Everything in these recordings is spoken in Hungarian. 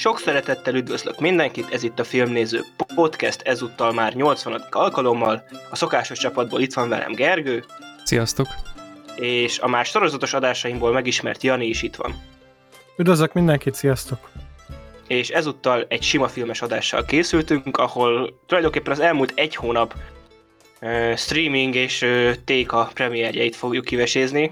Sok szeretettel üdvözlök mindenkit, ez itt a Filmnéző Podcast, ezúttal már 80. alkalommal. A szokásos csapatból itt van velem Gergő. Sziasztok! És a más sorozatos adásaimból megismert Jani is itt van. Üdvözlök mindenkit, sziasztok! És ezúttal egy sima filmes adással készültünk, ahol tulajdonképpen az elmúlt egy hónap streaming és téka premierjeit fogjuk kivesézni.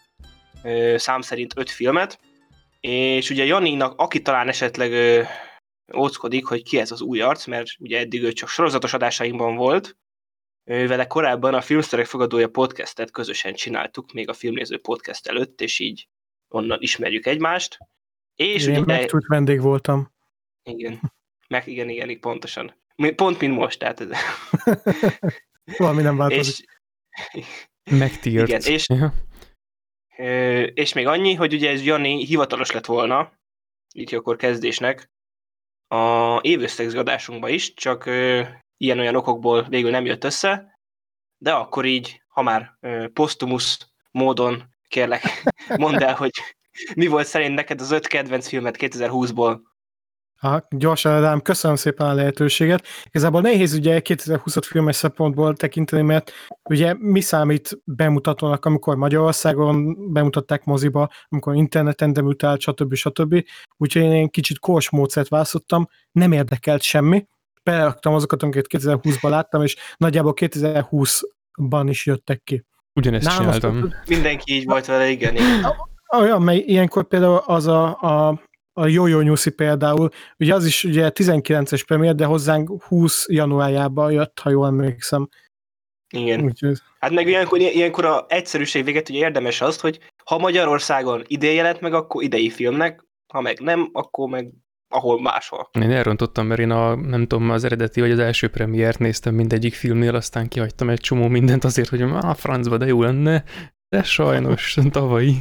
Szám szerint 5 filmet. És ugye Janinak, aki talán esetleg óckodik, hogy ki ez az új arc, mert ugye eddig ő csak sorozatos adásainkban volt, vele korábban a Filmszterek Fogadója podcastet közösen csináltuk, még a Filmnéző podcast előtt, és így onnan ismerjük egymást. És én megtudott vendég voltam. Igen, igen, pontosan. Pont mint most, tehát ez... Valami nem változik. Megtírt. Igen, és még annyi, hogy ugye ez Jani hivatalos lett volna, így akkor kezdésnek, a évösszegző adásunkba is, csak ilyen-olyan okokból végül nem jött össze, de akkor így, ha már posztumusz módon kérlek, mondd el, hogy mi volt szerint neked az 5 kedvenc filmet 2020-ból? Gyorsan, Ádám, köszönöm szépen a lehetőséget. Igazából nehéz ugye 2020-at filmes szempontból tekinteni, mert ugye mi számít bemutatónak, amikor Magyarországon bemutatták moziba, amikor interneten demütált, stb. Úgyhogy én kicsit kors módszert választottam, nem érdekelt semmi. Beleraktam azokat, amiket 2020-ban láttam, és nagyjából 2020-ban is jöttek ki. Ugyanezt csináltam. Mindenki így volt vele, igen. Olyan, mely ilyenkor például az a Jojo Nyuszi például, ugye az is ugye 19-es premier, de hozzánk 20 januárjában jött, ha jól emlékszem. Igen. Úgyhogy... Hát meg ilyenkor a egyszerűség véget ugye érdemes azt, hogy ha Magyarországon idén jelent meg, akkor idei filmnek, ha meg nem, akkor meg ahol máshol. Én elrontottam, mert én nem tudom, az eredeti vagy az első premiért néztem mindegyik filmnél, aztán kihagytam egy csomó mindent azért, hogy a francba, de jó lenne, de sajnos tavalyi.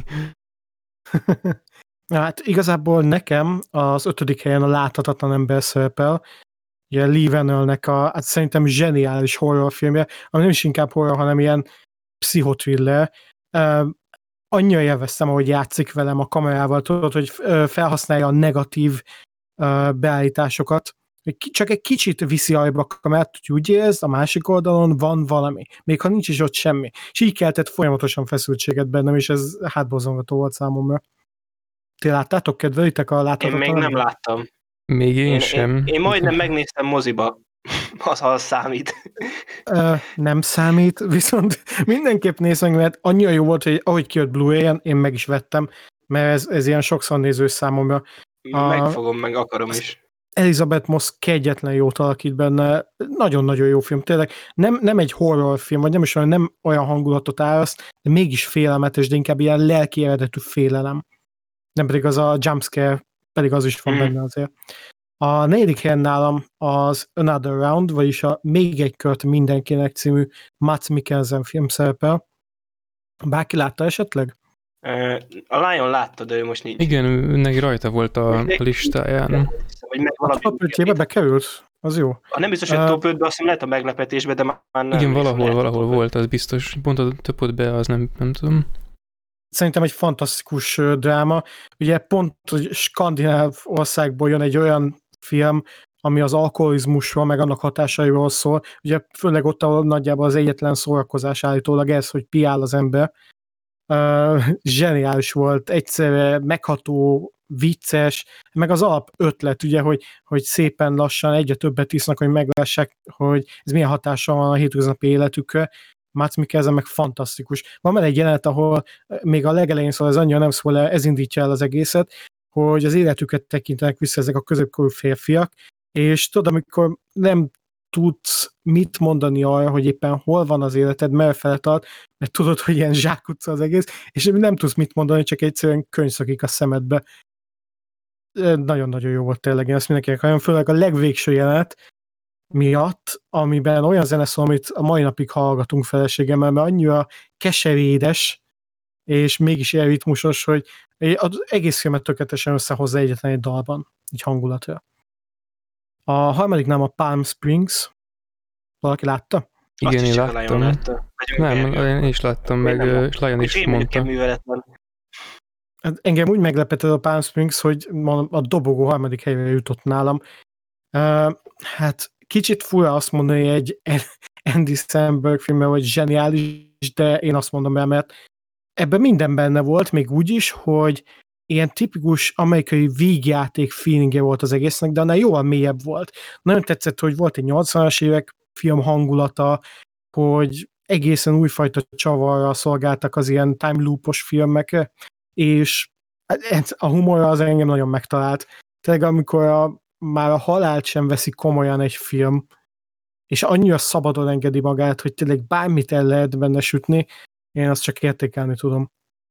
Hát igazából nekem az 5. helyen a Láthatatlan ember szerepel, ugye Lee Vanell-nek hát szerintem zseniális horrorfilmje, ami nem is inkább horror, hanem ilyen pszichotriller. Annyira élveztem, ahogy játszik velem a kamerával, tudod, hogy felhasználja a negatív beállításokat, csak egy kicsit viszi arra a kamerát, hogy úgy érez, a másik oldalon van valami, még ha nincs is ott semmi. És így keltett folyamatosan feszültséget bennem, és ez hátborzongató volt számomra. Ti láttátok, kedvelitek a Láthatatlan? Én még nem láttam. Még én sem. Én majdnem megnéztem moziba. Az számít. Nem számít, viszont mindenképp nézem, mert annyira jó volt, hogy ahogy kijött Blu-ray-en, én meg is vettem, mert ez ilyen sokszor néző számomra. Megfogom, meg akarom is. Elizabeth Moss kegyetlen jót alakít benne, nagyon-nagyon jó film, tényleg. Nem egy horrorfilm, vagy nem is olyan, nem olyan hangulatot áraszt, de mégis félelmetes, de inkább ilyen lelki eredetű félelem. Nem pedig az a jumpscare, pedig az is van benne azért. A 4. helyen nálam az Another Round, vagyis a Még egy kört mindenkinek című Mads Mikkelsen film szerepel. Bárki látta esetleg? A Lion látta, de ő most nincs. Igen, neki rajta volt a listáján. A top 5-jébe bekerült? Az jó. Nem biztos, hogy top 5-be, azt hiszem lehet a meglepetésbe, de már nem. Igen, valahol volt, az biztos. Pont a top 5-be, az nem tudom. Szerintem egy fantasztikus dráma. Ugye pont, hogy skandináv országból jön egy olyan film, ami az alkoholizmusról, meg annak hatásairól szól. Ugye főleg ott, ahol nagyjából az egyetlen szórakozás állítólag ez, hogy piál az ember. Zseniális volt, egyszerre megható, vicces, meg az alap ötlet, ugye, hogy szépen lassan egyre többet isznak, hogy meglássák, hogy ez milyen hatással van a hétköznapi életükre. Mads Mikkelsen meg fantasztikus. Van egy jelenet, ahol még a legelején szól, ez annyira nem szól, ez indítja el az egészet, hogy az életüket tekintenek vissza ezek a középkorú férfiak, és tudod, amikor nem tudsz mit mondani arra, hogy éppen hol van az életed, merre tart, mert tudod, hogy ilyen zsákutca az egész, és nem tudsz mit mondani, csak egyszerűen könyvszakik a szemedbe. Nagyon-nagyon jó volt tényleg, én ezt mindenkinek hallom, főleg a legvégső jelenet miatt, amiben olyan zene szól, amit a mai napig hallgatunk feleségemmel, mert annyira keserédes, és mégis ilyen ritmusos, hogy az egész filmet tökéletesen összehozza egyetlen egy dalban, így hangulatra. A 3. nem a Palm Springs. Valaki látta? Igen, én láttam. Nem, én is láttam, meg Lion is mondta. Engem úgy meglepett ez a Palm Springs, hogy a dobogó harmadik helyre jutott nálam. Hát kicsit fura azt mondani egy Andy Samberg filmben, hogy zseniális, de én azt mondom el, mert ebben minden benne volt, még úgy is, hogy ilyen tipikus amerikai vígjáték feelingje volt az egésznek, de annál jóval mélyebb volt. Nagyon tetszett, hogy volt egy 80-as évek film hangulata, hogy egészen újfajta csavarral szolgáltak az ilyen time loopos filmek, és a humor az engem nagyon megtalált. Tényleg amikor már a halált sem veszi komolyan egy film, és annyira szabadon engedi magát, hogy tényleg bármit el lehet benne sütni, én azt csak értékelni tudom.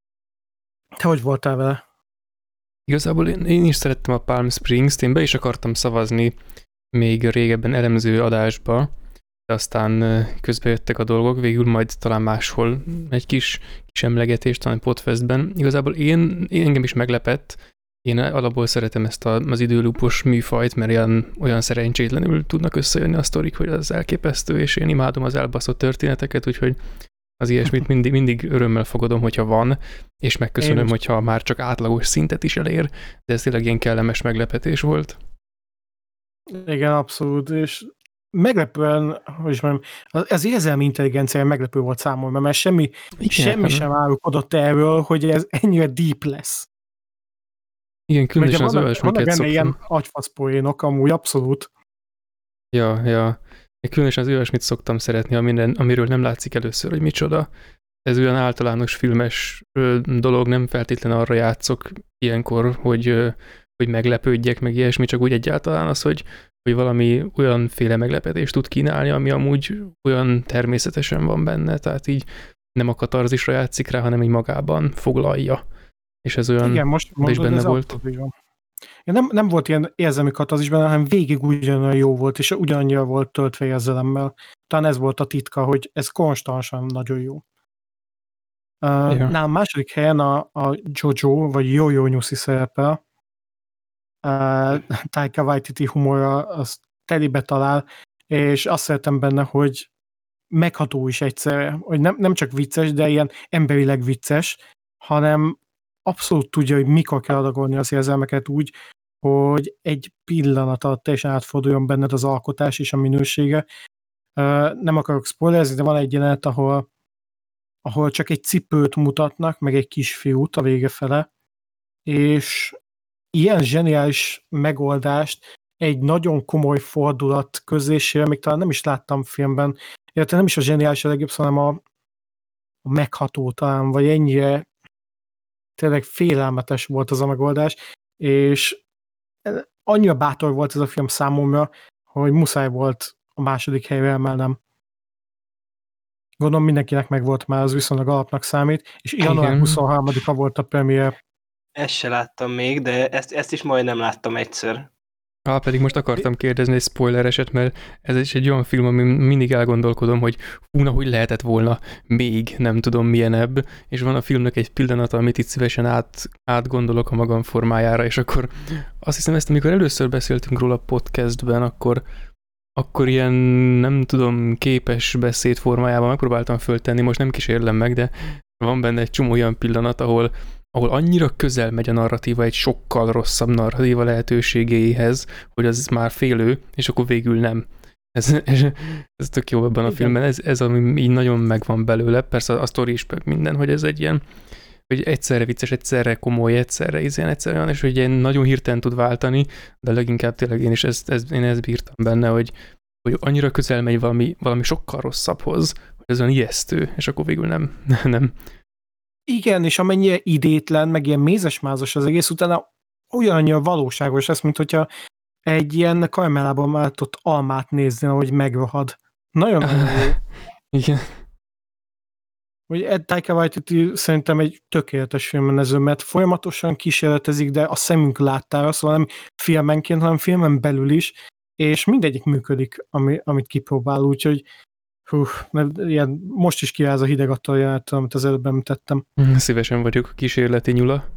Te hogy voltál vele? Igazából én is szerettem a Palm Springs-t, én be is akartam szavazni még régebben elemző adásba, de aztán közbe jöttek a dolgok, végül majd talán máshol egy kis emlegetés, talán Podfestben. Igazából engem is meglepett, én alapból szeretem ezt az időlúpos műfajt, mert olyan szerencsétlenül tudnak összejönni a sztorik, hogy az elképesztő, és én imádom az elbaszott történeteket, úgyhogy az ilyesmit mindig örömmel fogadom, hogyha van, és megköszönöm, hogyha már csak átlagos szintet is elér, de ez tényleg ilyen kellemes meglepetés volt. Igen, abszolút, és meglepően, hogy mondjam, az érzelmi intelligencia meglepő volt számomra, mert semmi sem árulkodott erről, hogy ez ennyire deep lesz. Igen, különösen az olyasmiket szoktam. Vannak benne ilyen szoktam. agyfaszpoénok, amúgy abszolút. Ja. Én különösen az olyasmit szoktam szeretni, amiről nem látszik először, hogy micsoda. Ez olyan általános filmes dolog, nem feltétlenül arra játszok ilyenkor, hogy meglepődjek, meg ilyesmi, csak úgy egyáltalán az, hogy valami olyanféle meglepetést tud kínálni, ami amúgy olyan természetesen van benne, tehát így nem a katarzisra játszik rá, hanem így magában foglalja. És ez olyan, igen, most is benne volt. Nem volt ilyen érzelmi katarzis benne, hanem végig ugyanolyan jó volt, és ugyanannyira volt töltve érzelemmel. Talán ez volt a titka, hogy ez konstansan nagyon jó. Nálam második helyen a Jojo, vagy Jojo Nyuszi szerepel. Taika Waititi humora az telibe talál, és azt szeretem benne, hogy megható is egyszerre, hogy nem csak vicces, de ilyen emberileg vicces, hanem abszolút tudja, hogy mikor kell adagolni az érzelmeket úgy, hogy egy pillanat alatt teljesen átforduljon benned az alkotás és a minősége. Nem akarok spoilerezni, de van egy jelenet, ahol csak egy cipőt mutatnak, meg egy kisfiút a vége fele, és ilyen zseniális megoldást egy nagyon komoly fordulat közlésére, még talán nem is láttam filmben, illetve nem is a zseniális a legjobb, hanem a megható talán, vagy ennyire tényleg félelmetes volt az a megoldás, és annyira bátor volt ez a film számomra, hogy muszáj volt a második helyre emelnem. Gondolom mindenkinek megvolt már, az viszonylag alapnak számít, és január 23-a volt a premier. Ezt se láttam még, de ezt is majdnem láttam egyszer. Pedig most akartam kérdezni egy spoiler eset, mert ez is egy olyan film, ami mindig elgondolkodom, hogy hogy lehetett volna még nem tudom milyenebb, és van a filmnek egy pillanata, amit itt szívesen átgondolok a magam formájára, és akkor azt hiszem ezt, amikor először beszéltünk róla a podcastben, akkor ilyen, nem tudom, képes beszéd formájában megpróbáltam föltenni, most nem kísérlem meg, de van benne egy csomó olyan pillanat, ahol annyira közel megy a narratíva egy sokkal rosszabb narratíva lehetőségéhez, hogy az már félő, és akkor végül nem. Ez tök jó ebben a filmben, ez ami így nagyon megvan belőle, persze a sztori is minden, hogy ez egy ilyen, hogy egyszerre vicces, egyszerre komoly, egyszerre olyan, és hogy ilyen nagyon hirtelen tud váltani, de leginkább tényleg én is ezt bírtam benne, hogy annyira közel megy valami sokkal rosszabbhoz, hogy ez olyan ijesztő, és akkor végül nem. Igen, és amennyire idétlen, meg ilyen mézesmázos az egész, utána olyannyira valóságos lesz, mint hogyha egy ilyen karamellában mártott almát nézni, ahogy megrohad. Nagyon jó. Igen. Hogy Taika Waititi szerintem egy tökéletes filmrendező, mert folyamatosan kísérletezik, de a szemünk láttára, szóval nem filmenként, hanem filmen belül is, és mindegyik működik, amit kipróbál, úgyhogy ilyen, most is kiráz a hideg attól a jelenettől, amit az előbb említettem. Szívesen vagyok kísérleti nyula.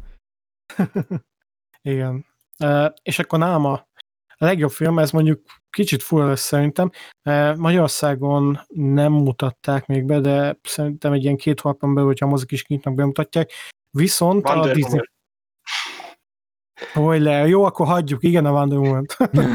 Igen. És akkor nálam a legjobb film, ez mondjuk kicsit fura lesz szerintem. Magyarországon nem mutatták még be, de szerintem egy ilyen 2 hónapon belül, hogyha a mozik is kinyitnak, bemutatják. Viszont Spoiler, jó, akkor hagyjuk, igen, a Wonder Woman-t.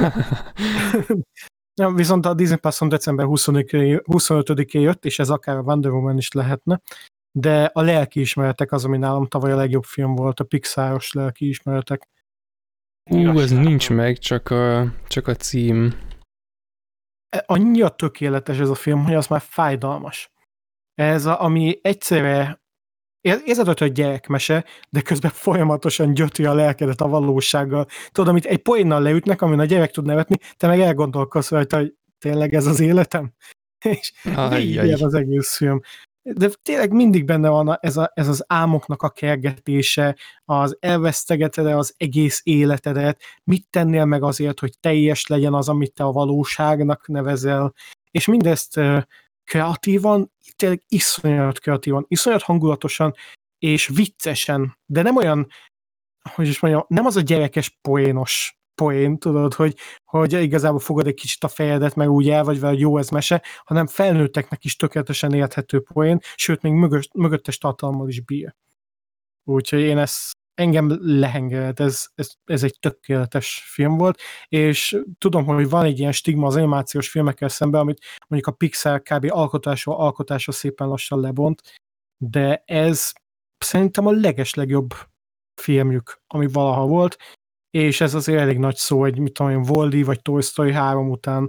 Ja, viszont a Disney Plus-on december 25-én jött, és ez akár a Wonder Woman is lehetne, de a lelkiismeretek az, ami nálam tavaly a legjobb film volt, a Pixar-os lelkiismeretek. Ez nincs meg, csak a cím. Annyira tökéletes ez a film, hogy az már fájdalmas. Ami egyszerre érzed, hogy gyerekmese, de közben folyamatosan gyötri a lelkedet a valósággal. Tudod, amit egy poénnal leütnek, amin a gyerek tud nevetni, te meg elgondolkodsz rajta, hogy tényleg ez az életem? És végig az egész film. De tényleg mindig benne van ez az álmoknak a kergetése, az elvesztegeted az egész életedet, mit tennél meg azért, hogy teljes legyen az, amit te a valóságnak nevezel, és mindezt kreatívan, tényleg iszonyat kreatívan, iszonyat hangulatosan és viccesen, de nem olyan, hogy is mondjam, nem az a gyerekes poénos poén, tudod, hogy igazából fogod egy kicsit a fejedet, meg úgy el vagy vele, hogy jó ez mese, hanem felnőtteknek is tökéletesen érthető poén, sőt, még mögöttes tartalommal is bír. Úgyhogy engem lehengelt, ez egy tökéletes film volt, és tudom, hogy van egy ilyen stigma az animációs filmekkel szemben, amit mondjuk a Pixar kb. Alkotásra szépen lassan lebont, de ez szerintem a legeslegjobb filmjük, ami valaha volt, és ez azért elég nagy szó, egy mit tudom én, Wall-E vagy Toy Story 3 után.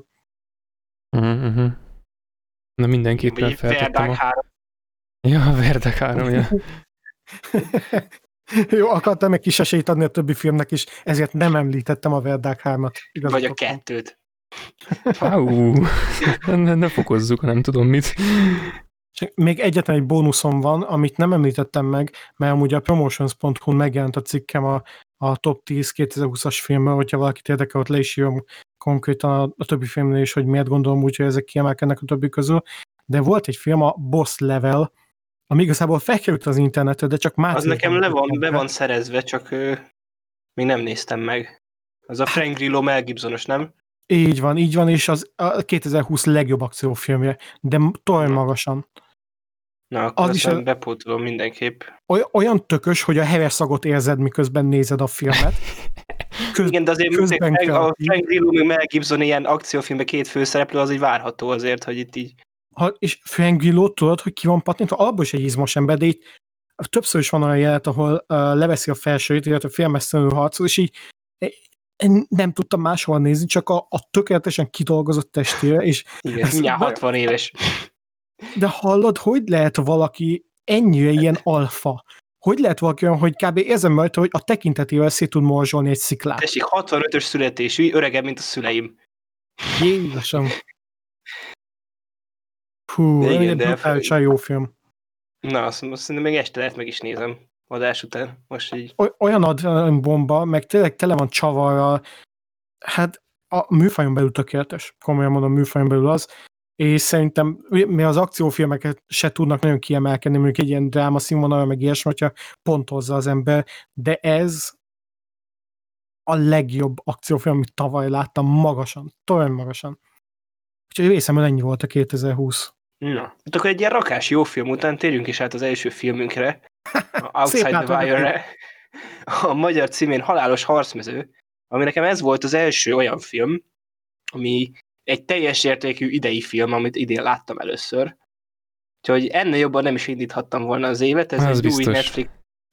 Na mindenképpen feltettem Ja, Verdak 3, ja. Jó, akartam egy kis esélyt adni a többi filmnek is, ezért nem említettem a Verdák 3-at. Vagy a 2-t. Ne fokozzuk, nem tudom mit. Még egyetlen egy bónuszom van, amit nem említettem meg, mert amúgy a promotions.hu-n megjelent a cikkem a top 10 2020-as filmről, hogyha valakit érdekel, ott le is írom konkrétan a többi filmnél is, hogy miért gondolom úgy, hogy ezek kiemelkednek a többi közül. De volt egy film, a Boss Level, ami igazából felkerült az internetre, de csak már... Az nekem be van szerezve, csak még nem néztem meg. Az a Frank Grillo Mel Gibsonos, nem? Így van, és az a 2020 legjobb akciófilmje, de torony magasan. Na, akkor azt bepótolom mindenképp. Olyan tökös, hogy a heves szagot érzed, miközben nézed a filmet. Igen, de azért a Frank Grillo meg Mel Gibson ilyen akciófilmben 2 főszereplő, az így várható azért, hogy itt így... És Frank Grillo, tudod, hogy ki van patintva? Alapból is egy izmos ember, de itt többször is van olyan jelenet, ahol leveszi a felsőjét, illetve félmeztelenül harcol, és így nem tudtam máshol nézni, csak a tökéletesen kidolgozott testére. És igen, mindjárt 60 éves. De hallod, hogy lehet valaki ennyire ilyen alfa? Hogy lehet valaki olyan, hogy kb. Érzem rajta, hogy a tekintetével szét tud morzsolni egy sziklát? Tessék, 65-ös születésű, öregebb, mint a szüleim. Jézusom. Hú, igen, brutálisan jó film. Na, azt szerintem még este lehet meg is nézem adás után. Most így. Olyan adrenalin-bomba, meg tényleg tele van csavarral. Hát a műfajon belül tökéletes. Komolyan mondom, műfajon belül az. És szerintem mi az akciófilmeket se tudnak nagyon kiemelkedni, mondjuk egy ilyen dráma színvonalra, meg ilyesmi, hogyha pontozza az ember, de ez a legjobb akciófilm, amit tavaly láttam magasan, torony magasan. Úgyhogy részemben ennyi volt a 2020. Na, hát akkor egy ilyen rakás jó film után térjünk is át az első filmünkre, a Outside the Wire-re, a magyar címén Halálos harcmező, ami nekem ez volt az első olyan film, ami egy teljes értékű idei film, amit idén láttam először. Úgyhogy ennél jobban nem is indíthattam volna az évet, ez egy új Netflix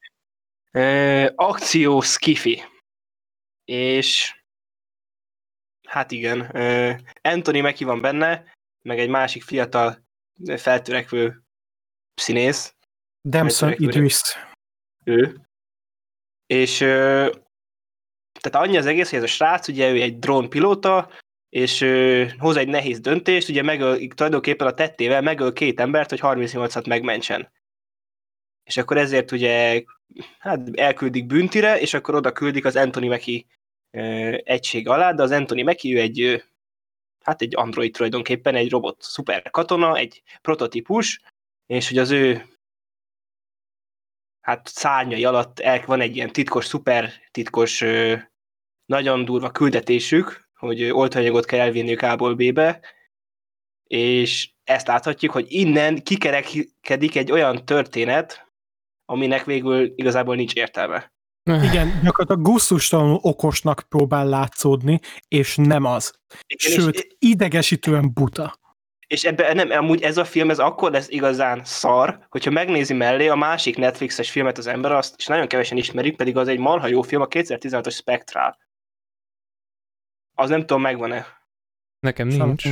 akció skifi. És hát igen, Anthony Mackie van benne, meg egy másik fiatal feltörekvő színész. Damson Idris. Ő. És tehát annyi az egész, hogy ez a srác, ugye ő egy drónpilóta, és hoz egy nehéz döntést, ugye tulajdonképpen a tettével megöl 2 embert, hogy 38-at megmentsen. És akkor ezért ugye hát elküldik büntire, és akkor oda küldik az Anthony Mackie egység alá, de az Anthony Mackie ő egy android tulajdonképpen, egy robot szuper katona, egy prototípus, és hogy az ő szárnyai alatt van egy ilyen titkos, szuper titkos, nagyon durva küldetésük, hogy oltóanyagot kell elvinniük A-ból B-be, és ezt láthatjuk, hogy innen kikerekedik egy olyan történet, aminek végül igazából nincs értelme. Igen, gyakorlatilag gusztustalanul okosnak próbál látszódni, és nem az. Igen, Sőt, idegesítően buta. És ebben nem, amúgy ez a film, ez akkor lesz igazán szar, hogyha megnézi mellé a másik Netflixes filmet az ember, azt is nagyon kevesen ismerik, pedig az egy marha jó film, a 2016-os Spectral. Az nem tudom, megvan-e. Nekem nincs.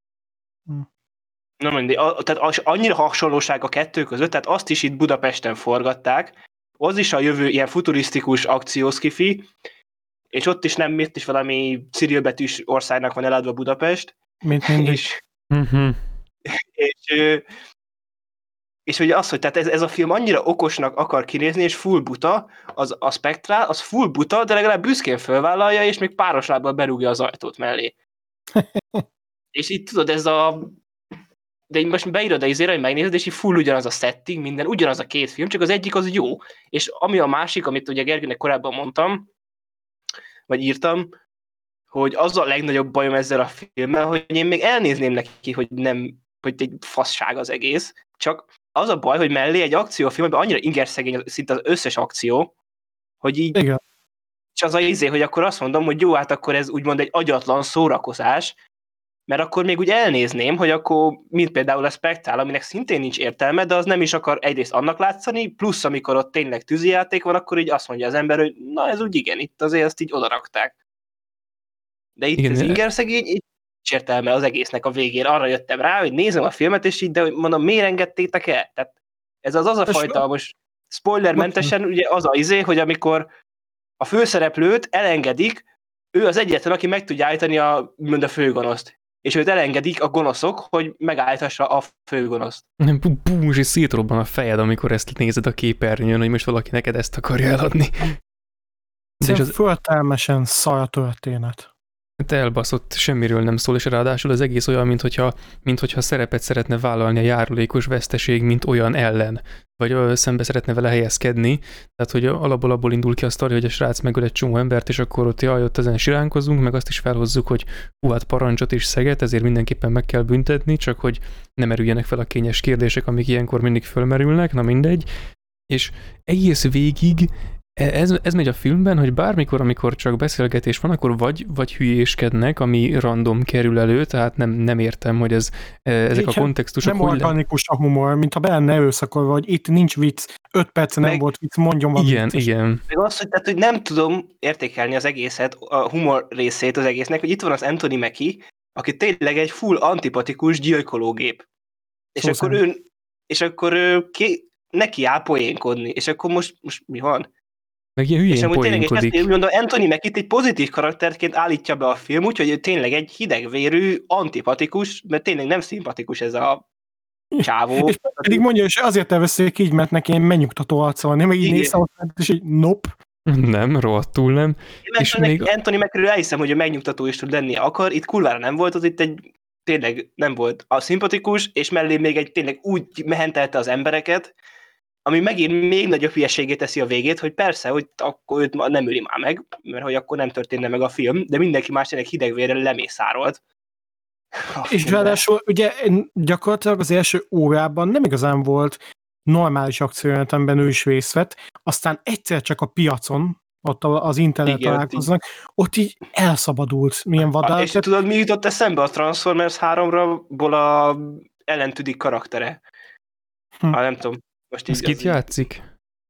Na mindig, tehát annyira hasonlóság a kettő között, tehát azt is itt Budapesten forgatták, az is a jövő ilyen futurisztikus akciószkifi, és ott is nem, itt is valami cirilbetűs országnak van eladva Budapest. Mint mindig. És ugye az, hogy tehát ez a film annyira okosnak akar kinézni, és full buta, a Spectral, az full buta, de legalább büszkén fölvállalja, és még páros lábbal berúgja az ajtót mellé. És itt tudod, de így most beírod a izére, hogy megnézed, és így full ugyanaz a setting, minden, ugyanaz a két film, csak az egyik az jó. És ami a másik, amit ugye Gergőnek korábban mondtam, vagy írtam, hogy az a legnagyobb bajom ezzel a filmmel, hogy én még elnézném neki, hogy hogy egy fasság az egész, csak az a baj, hogy mellé egy akciófilm, amiben annyira ingerszegény szinte az összes akció, hogy így, igen. És az a izé, hogy akkor azt mondom, hogy jó, hát akkor ez úgymond egy agyatlan szórakozás, mert akkor még úgy elnézném, hogy akkor, mint például a Spectral, aminek szintén nincs értelme, de az nem is akar egyrészt annak látszani, plusz amikor ott tényleg tűzijáték van, akkor így azt mondja az ember, hogy na ez úgy igen, itt azért ezt így odarakták. De itt igen, az ingerszegény, itt nincs értelme az egésznek a végén. Arra jöttem rá, hogy nézem a filmet, és így, de mondom, miért engedtétek el? Tehát ez az a fajta, most spoilermentesen, ugye az a izé, hogy amikor a főszereplőt elengedik, ő az egyetlen, aki meg tudja állítani a főgonoszt. És őt elengedik a gonoszok, hogy megállítassa a főgonoszt. Búzs, és szétrobban a fejed, amikor ezt nézed a képernyőn, hogy most valaki neked ezt akarja eladni. Ez föltelmesen szar a történet. Te elbaszott, semmiről nem szól, és ráadásul az egész olyan, minthogyha szerepet szeretne vállalni a járulékos veszteség, mint olyan ellen, vagy szembe szeretne vele helyezkedni, tehát hogy alapból indul ki a sztori, hogy a srác megöl egy csomó embert, és akkor ott ezen siránkozunk, meg azt is felhozzuk, hogy hát parancsot is szeget, ezért mindenképpen meg kell büntetni, csak hogy nem merüljenek fel a kényes kérdések, amik ilyenkor mindig fölmerülnek, na mindegy, és egész végig ez megy a filmben, hogy bármikor, amikor csak beszélgetés van, akkor vagy hülyéskednek, ami random kerül elő, tehát nem értem, hogy ezek a kontextusok... Nem organikus a humor, mintha be lenne erőszakolva, hogy itt nincs vicc, 5 perc nem volt vicc, mondjon valamit. Igen. Meg az, hogy nem tudom értékelni az egészet, a humor részét az egésznek, hogy itt van az Anthony Mackie, aki tényleg egy full antipatikus gyilkológép. És akkor ő neki áll poénkodni, és akkor most mi van? Meg ilyen hülyén poénkodik. És mondom, Anthony Mackie-t egy pozitív karakterként állítja be a film, úgyhogy tényleg egy hidegvérű, antipatikus, mert tényleg nem szimpatikus ez a csávó. És pedig mondja, és azért elveszélyek így, mert neki egy megnyugtató arca van, nem így nézve, és így nope. Nem, rohadtul nem. És még... Anthony Mackie-ről elhiszem, hogy a megnyugtató is tud lenni akar, itt kurvára nem volt, az itt egy tényleg nem volt a szimpatikus, és mellé még egy tényleg úgy mehentelte az embereket, ami megint még nagyobb hülyeségét teszi a végét, hogy persze, hogy akkor őt nem öli már meg, mert hogy akkor nem történne meg a film, de mindenki más tényleg hidegvérrel lemészárolt. És ráadásul ugye gyakorlatilag az első órában nem igazán volt normális akciójelenet, amiben ő is részt vett, aztán egyszer csak a piacon, ott az internet találkoznak, ott így elszabadult, milyen vadállat. És tudod, mi jutott eszembe a Transformers 3-ból a Ellen Tudyk karaktere? Nem tudom. Ez kit játszik?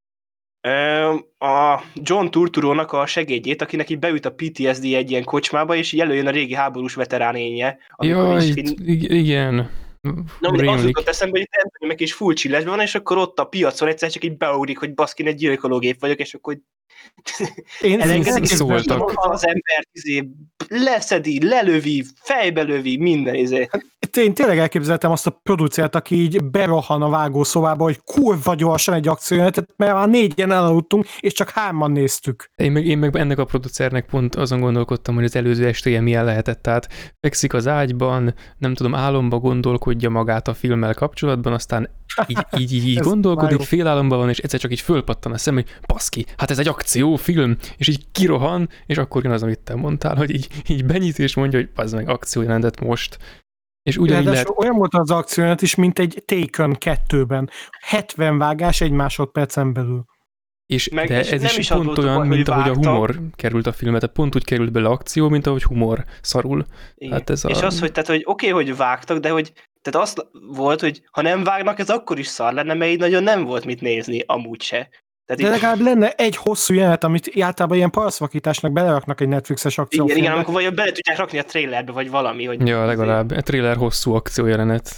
A John Turturro-nak a segédjét, akinek így beült a PTSD egy ilyen kocsmába, és jelöljön a régi háborús veteránénye. Jaj, igen. Na, az jutott eszembe, hogy itt Anthony Mackie is full chillesben van, és akkor ott a piacon egyszer csak így beugrik, hogy baszkin, egy gyilkológép vagyok, és akkor elengedek, és az embert leszedi, lelövi, fejbe lövi, minden izé. Én tényleg elképzeltem azt a producert, aki így berohan a vágószobába, hogy kurva gyorsan egy akciójelenetet, mert már 4-en elaludtunk, és csak 3-an néztük. Én meg ennek a producernek pont azon gondolkodtam, hogy az előző estéje milyen lehetett. Tehát fekszik az ágyban, nem tudom, álomba gondolkodja magát a filmmel kapcsolatban, aztán így gondolkodik, félálomban van, és egyszer csak így fölpattan a szem, hogy baszki, hát ez egy akciófilm, és így kirohan, és akkor jön az, amit te mondtál, hogy így benyit és mondja, hogy az meg akciójelenetet most. És ugyanígy lehet... Olyan volt az akciójelenet is, mint egy Taken 2-ben. 70 vágás egy másodpercen belül. De ez nem is is az pont volt a olyan, baj, mint hogy ahogy a vágtak. humor került a filmet, tehát pont úgy került bele akció, mint ahogy humor szarul. Igen. Hát ez És az, hogy, tehát, hogy oké, hogy vágtak, de hogy tehát az volt, hogy ha nem vágnak, ez akkor is szar lenne, mert így nagyon nem volt mit nézni, amúgy se. Tehát De így, legalább lenne egy hosszú jelenet, amit általában ilyen paraszvakításnak beleraknak egy Netflixes igen, akciófilmbe. amikor vagy bele tudják rakni a trailerbe, vagy valami. Hogy Ja, legalább. A trailer hosszú akciójelenet.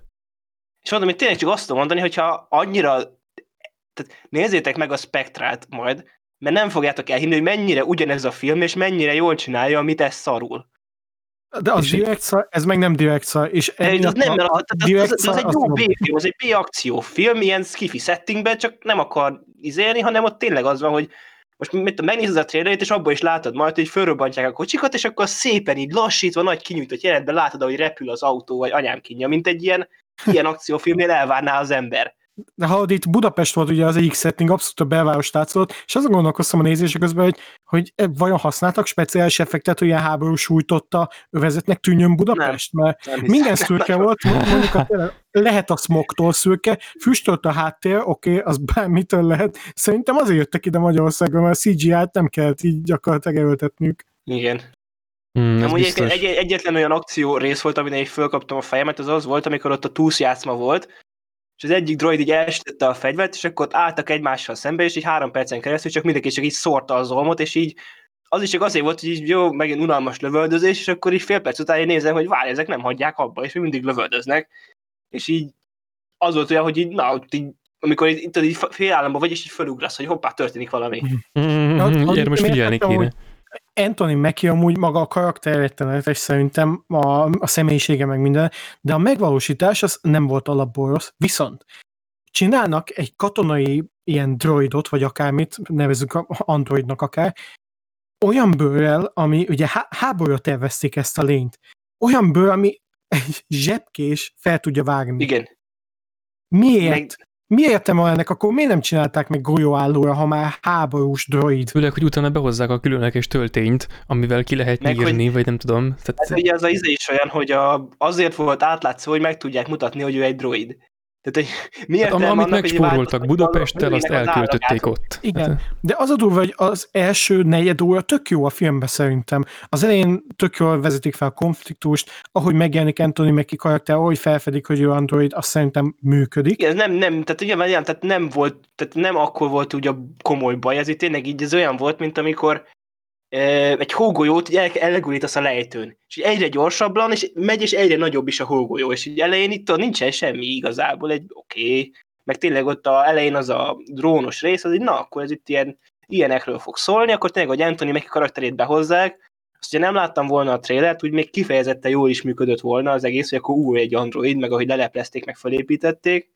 És mondom, hogy tényleg csak azt tudom mondani, hogyha annyira, tehát nézzétek meg a Spectrát majd, mert nem fogjátok elhinni, hogy mennyire ugyanez a film, és mennyire jól csinálja, amit ez szarul. De az És direkt szar, ez meg nem direkt szar. És De az nem, mert az egy jó jobb. B-film, az egy B-akciófilm, ilyen skifi settingben, csak nem akar izélni, hanem ott tényleg az van, hogy most megnézed a trailerét, és abból is látod majd, hogy fölrobbantják a kocsikat, és akkor szépen így lassítva, nagy kinyújtott jelenetben látod, hogy repül az autó, vagy anyám kínja, mint egy ilyen akciófilmnél elvárná az ember. De ha itt Budapest volt ugye az egyik setting, abszolút a belváros tátszott, és azon gondolkoztam a nézések közben, hogy vajon használtak speciális effektet, hogy ilyen háborús sújtotta övezetnek tűnjön Budapest? Mert Nem hiszem. minden szürke volt, mondjuk lehet a smogtól szürke, füstölt a háttér, oké, az bármitől lehet. Szerintem azért jöttek ide Magyarországra, mert a CGI-t nem kellett így gyakorlatilag erőltetniük. Igen. Ez Amúgy biztos. egyetlen olyan akció rész volt, aminél így fölkaptam a fejemet, az volt, amikor ott a túszjátszma volt, és az egyik droid így elsütötte a fegyvert, és akkor ott álltak egymással szembe, és így 3 percen keresztül csak mindenki csak így szórta az olmot, és így az is csak azért volt, hogy így jó, megint unalmas lövöldözés, és akkor így fél perc után én nézem, hogy várj, ezek nem hagyják abba, és még mindig lövöldöznek. És így az volt olyan, hogy így, na, ott így, amikor így félállamban vagy, és így fölugrasz, hogy hoppá, történik valami. Erre most figyelni kéne. Anthony Mackie amúgy maga a karakter rettenetes szerintem, a személyisége meg minden, de a megvalósítás az nem volt alapból rossz. Viszont csinálnak egy katonai ilyen droidot, vagy akármit, nevezzük androidnak akár, olyan bőrrel, ami ugye háborúra tervezték ezt a lényt. Olyan bőr, ami egy zsebkés fel tudja vágni. Igen. Miért? Mi értelme van ennek? Akkor miért nem csinálták meg golyóállóra, ha már háborús droid? Főleg, hogy utána behozzák a különleges töltényt, amivel ki lehet Meg, nyírni, vagy nem tudom. Ez ugye az a íze is olyan, hogy azért volt átlátszó, hogy meg tudják mutatni, hogy ő egy droid. Tehát, hogy miért Amit megspóroltak Budapesttel, azt elköltötték ott. Igen, de az a durva, hogy az első negyed óra tök jó a filmben szerintem. Az elején tök jól vezetik fel a konfliktust, ahogy megjelenik Anthony Mackie karakter, ahogy felfedik, hogy ő android, azt szerintem működik. Igen, tehát ugye tehát nem volt, tehát nem akkor volt ugye a komoly baj, ez itt tényleg így ez olyan volt, mint amikor egy hógolyót ellegulítasz a lejtőn, és egyre gyorsabban, és megy, és egyre nagyobb is a hógolyó, és így elején itt nincsen semmi igazából, egy oké, meg tényleg ott a elején az a drónos rész, az így, na, akkor ez itt ilyenekről fog szólni, akkor tényleg, hogy Anthony Mackie karakterét behozzák, azt ugye nem láttam volna a trailert, úgy még kifejezetten jól is működött volna az egész, hogy akkor egy android, meg ahogy leleplezték, meg felépítették,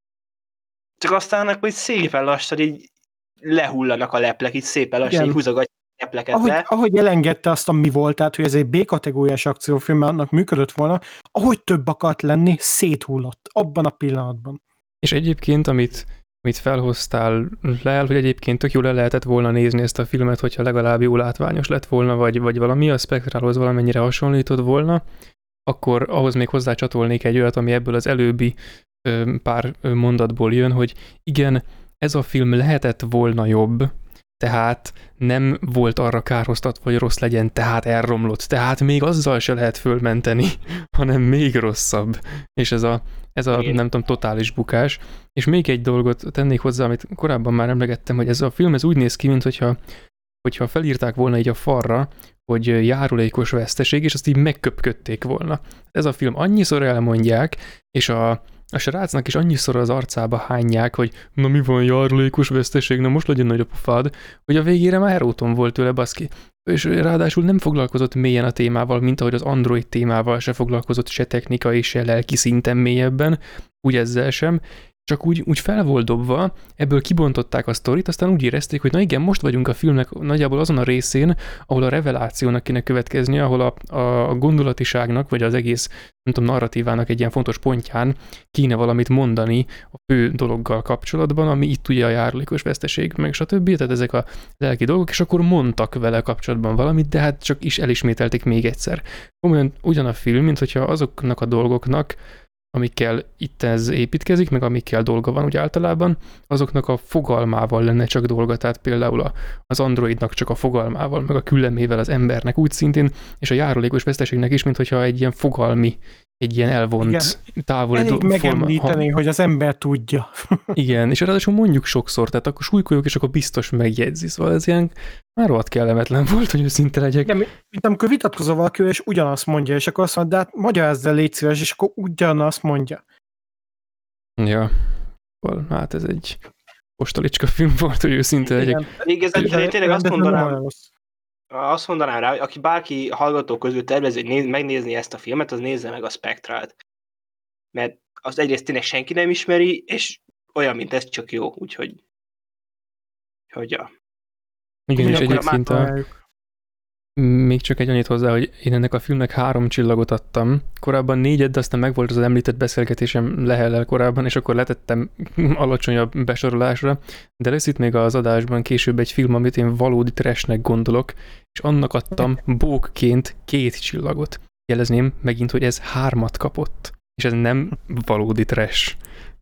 csak aztán akkor így szépen lassan így lehullanak a leplek, így szépen lassan így húzogatják ahogy elengedte azt, ami volt, tehát hogy ez egy B-kategóriás akciófilm, mert annak működött volna, ahogy több akart lenni, széthullott abban a pillanatban. És egyébként, amit felhoztál le, hogy egyébként tök jól le lehetett volna nézni ezt a filmet, hogyha legalább jó látványos lett volna, vagy valami a Spectralhoz valamennyire hasonlított volna, akkor ahhoz még hozzácsatolnék egy olyat, ami ebből az előbbi pár mondatból jön, hogy igen, ez a film lehetett volna jobb, tehát nem volt arra kárhoztatva, hogy rossz legyen, tehát elromlott, tehát még azzal se lehet fölmenteni, hanem még rosszabb. És ez a nem tudom, totális bukás. És még egy dolgot tennék hozzá, amit korábban már emlegettem, hogy ez a film ez úgy néz ki, mint hogyha felírták volna így a falra, hogy járulékos veszteség, és azt így megköpködték volna. Ez a film annyiszor elmondják, és a srácnak is annyiszor az arcába hányják, hogy na mi van, járulékos veszteség, na most legyen nagy a pofád, hogy a végére már eróton volt tőle, baszki. És ráadásul nem foglalkozott mélyen a témával, mint ahogy az Android témával se foglalkozott, se technikai, se lelki szinten mélyebben, úgy ezzel sem, csak úgy fel volt dobva, ebből kibontották a sztorit, aztán úgy érezték, hogy na igen, most vagyunk a filmnek nagyjából azon a részén, ahol a revelációnak kéne következnie, ahol a gondolatiságnak, vagy az egész, nem tudom, narratívának egy ilyen fontos pontján kéne valamit mondani a fő dologgal kapcsolatban, ami itt ugye a járulékos veszteség, meg stb. Tehát ezek a lelki dolgok, és akkor mondtak vele kapcsolatban valamit, de hát csak is elismételték még egyszer. Komolyan ugyan a film, mint hogyha azoknak a dolgoknak amikkel itt ez építkezik, meg amikkel dolga van úgy általában, azoknak a fogalmával lenne csak dolga, tehát például az androidnak csak a fogalmával, meg a küllemével az embernek úgy szintén, és a járulékos veszteségnek is, mintha egy ilyen fogalmi, egy ilyen elvont, távoli elég megemlíteni, hogy az ember tudja. Igen, és ráadásul mondjuk sokszor, tehát akkor súlykoljuk, és akkor biztos megjegyzi, szóval ez ilyen már rohadt kellemetlen volt, hogy őszinte legyek. Igen, mint amikor vitatkozol valakivel, és ugyanazt mondja, és akkor azt mondja, de hát magyarázd el, légy szíves, és akkor ugyanazt mondja. Ja, hát ez egy postalicska film volt, hogy őszinte legyek. Végezetül tényleg azt mondanám rá, hogy aki bárki hallgató közül tervezi, hogy megnézni ezt a filmet, az nézze meg a Spectralt. Mert az egyrészt tényleg senki nem ismeri, és olyan, mint ez, csak jó, úgyhogy ja. Igen, és egyébként még csak egy annyit hozzá, hogy én ennek a filmnek 3 csillagot adtam. Korábban 4, de aztán megvolt az említett beszélgetésem Lehellel korábban, és akkor letettem alacsonyabb besorolásra, de lesz itt még az adásban később egy film, amit én valódi trashnek gondolok, és annak adtam bókként 2 csillagot. Jelezném megint, hogy ez 3 kapott, és ez nem valódi trash.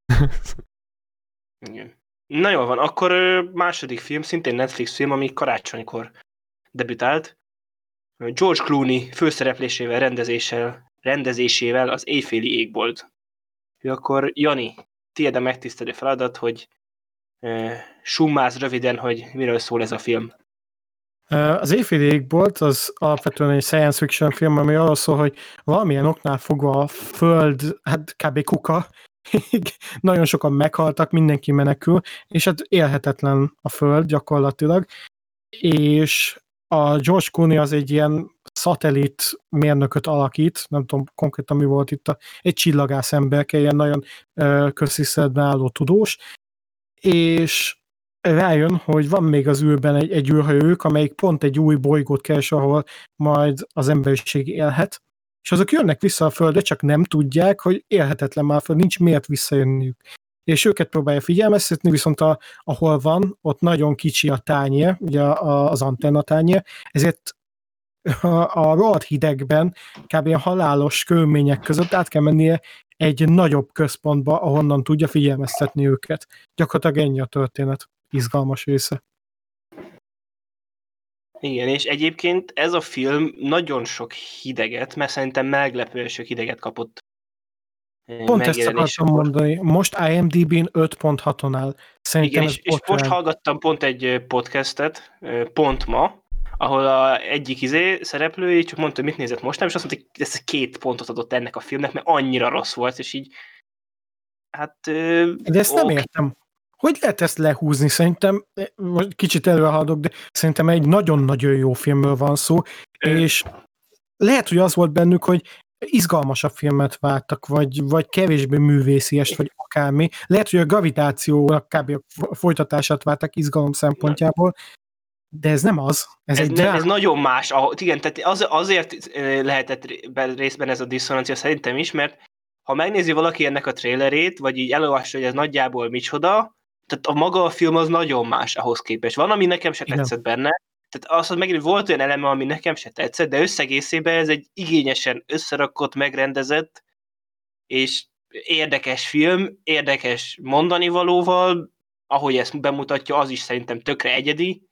Igen. Na jól van, akkor második film, szintén Netflix film, ami karácsonykor debütált. George Clooney főszereplésével, rendezésével az Éjféli égbolt. Akkor Jani, tiéd a megtisztelő feladat, hogy summázz röviden, hogy miről szól ez a film. Az Éjféli égbolt az alapvetően egy science fiction film, ami arról szól, hogy valamilyen oknál fogva a Föld, hát kb. Kuka, nagyon sokan meghaltak, mindenki menekül, és hát élhetetlen a Föld gyakorlatilag, és a George Clooney az egy ilyen szatellit mérnököt alakít, nem tudom konkrétan mi volt itt, egy csillagász emberke, ilyen nagyon köztiszteletben álló tudós, és rájön, hogy van még az űrben egy űrhajójuk, amelyik pont egy új bolygót keres, ahol majd az emberiség élhet, és azok jönnek vissza a Földre, csak nem tudják, hogy élhetetlen már Föld, nincs miért visszajönniük. És őket próbálja figyelmeztetni, viszont ahol van, ott nagyon kicsi a tányér, ugye az antennatányér, ezért a rohadt hidegben, kb. A halálos körülmények között át kell mennie egy nagyobb központba, ahonnan tudja figyelmeztetni őket. Gyakorlatilag ennyi a történet. Izgalmas része. Igen, és egyébként ez a film nagyon sok hideget, mert szerintem meglepően sok hideget kapott. Pont ezt akartam mondani. Most IMDb-n 5.6-on áll. Szerintem igen, és most hallgattam pont egy podcastet, pont ma, ahol egyik szereplői csak mondta, hogy mit nézett most, és azt mondta, hogy ez 2 pontot adott ennek a filmnek, mert annyira rossz volt, és így hát... De ezt nem értem. Hogy lehet ezt lehúzni? Szerintem, kicsit előhaladok, de szerintem egy nagyon-nagyon jó filmről van szó, és lehet, hogy az volt bennük, hogy izgalmasabb filmet vártak, vagy kevésbé művésziest, vagy akármi. Lehet, hogy a gravitációnak kb. A folytatását vártak izgalom szempontjából, de ez nem az. Ez nagyon más. Igen, tehát azért lehetett részben ez a diszonancia szerintem is, mert ha megnézi valaki ennek a trailerét, vagy így elolvassa, hogy ez nagyjából micsoda, tehát a maga a film az nagyon más ahhoz képest. Van, ami nekem se tetszett benne, tehát az, hogy megint volt olyan eleme, ami nekem se tetszett, de összegészében ez egy igényesen összerakott, megrendezett, és érdekes film, érdekes mondanivalóval, ahogy ezt bemutatja, az is szerintem tökre egyedi.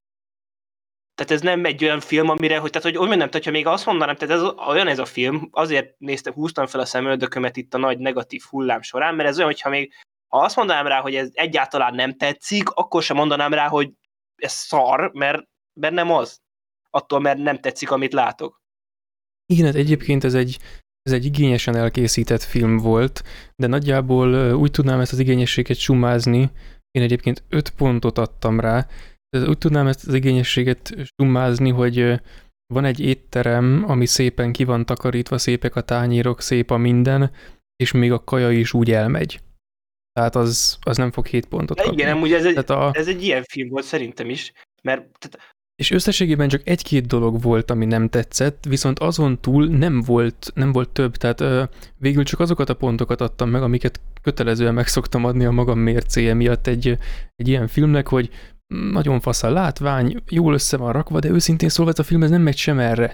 Tehát ez nem egy olyan film, amire, hogy úgy mondom, hogyha még azt mondanám, tehát olyan ez a film, azért húztam fel a szemöldökömet itt a nagy negatív hullám során, mert ez olyan, hogyha még ha azt mondanám rá, hogy ez egyáltalán nem tetszik, akkor sem mondanám rá, hogy ez szar, mert nem az. Attól, mert nem tetszik, amit látok. Igen, hát egyébként ez egy igényesen elkészített film volt, de nagyjából úgy tudnám ezt az igényességet summázni. Én egyébként 5 pontot adtam rá. Úgy tudnám ezt az igényességet summázni, hogy van egy étterem, ami szépen ki van takarítva, szépek a tányérok, szép a minden, és még a kaja is úgy elmegy. Tehát az nem fog 7 pontot kapni. Igen, amúgy ez egy ilyen film volt szerintem is, mert... És összességében csak 1-2 dolog volt, ami nem tetszett, viszont azon túl nem volt több, tehát végül csak azokat a pontokat adtam meg, amiket kötelezően meg szoktam adni a magam mércéje miatt egy ilyen filmnek, hogy nagyon fasz a látvány, jól össze van rakva, de őszintén szólva ez a film ez nem megy sem erre.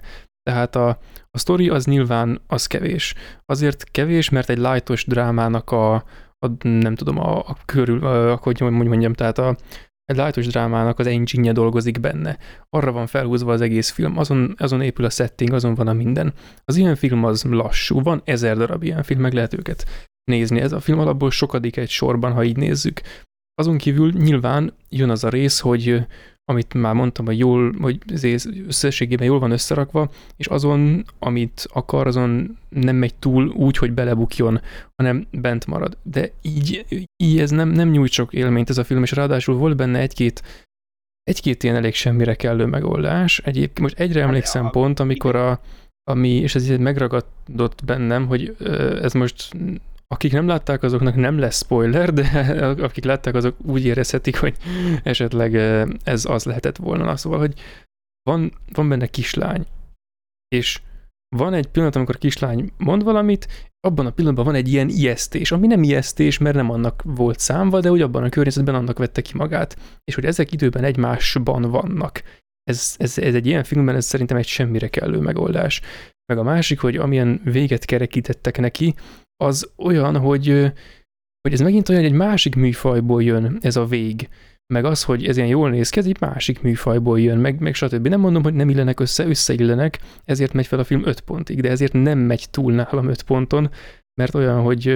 Tehát a sztori az nyilván az kevés. Azért kevés, mert egy lightos drámának nem tudom, hogy mondjam, tehát egy lightos drámának az engine-je dolgozik benne. Arra van felhúzva az egész film, azon épül a setting, azon van a minden. Az ilyen film az lassú, van 1000 darab ilyen film, meg lehet őket nézni. Ez a film alapból sokadik egy sorban, ha így nézzük. Azon kívül nyilván jön az a rész, hogy amit már mondtam, hogy összességében jól van összerakva, és azon, amit akar, azon nem megy túl úgy, hogy belebukjon, hanem bent marad. De így ez nem nyújt sok élményt ez a film, és ráadásul volt benne egy-két ilyen elég semmire kellő megoldás. Egyébként most egyre emlékszem pont, amikor és ez így megragadott bennem, hogy ez most akik nem látták, azoknak nem lesz spoiler, de akik látták, azok úgy érezhetik, hogy esetleg ez az lehetett volna. Szóval, hogy van benne kislány, és van egy pillanat, amikor a kislány mond valamit, abban a pillanatban van egy ilyen ijesztés, ami nem ijesztés, mert nem annak volt számva, de úgy abban a környezetben annak vette ki magát, és hogy ezek időben egymásban vannak. Ez egy ilyen filmben, ez szerintem egy semmire kellő megoldás. Meg a másik, hogy amilyen véget kerekítettek neki, az olyan, hogy ez megint olyan, hogy egy másik műfajból jön ez a vég, meg az, hogy ez ilyen jól néz ki, ez egy másik műfajból jön, meg stb. Nem mondom, hogy nem illenek összeillenek, ezért megy fel a film 5 pontig, de ezért nem megy túl nálam 5 ponton, mert olyan, hogy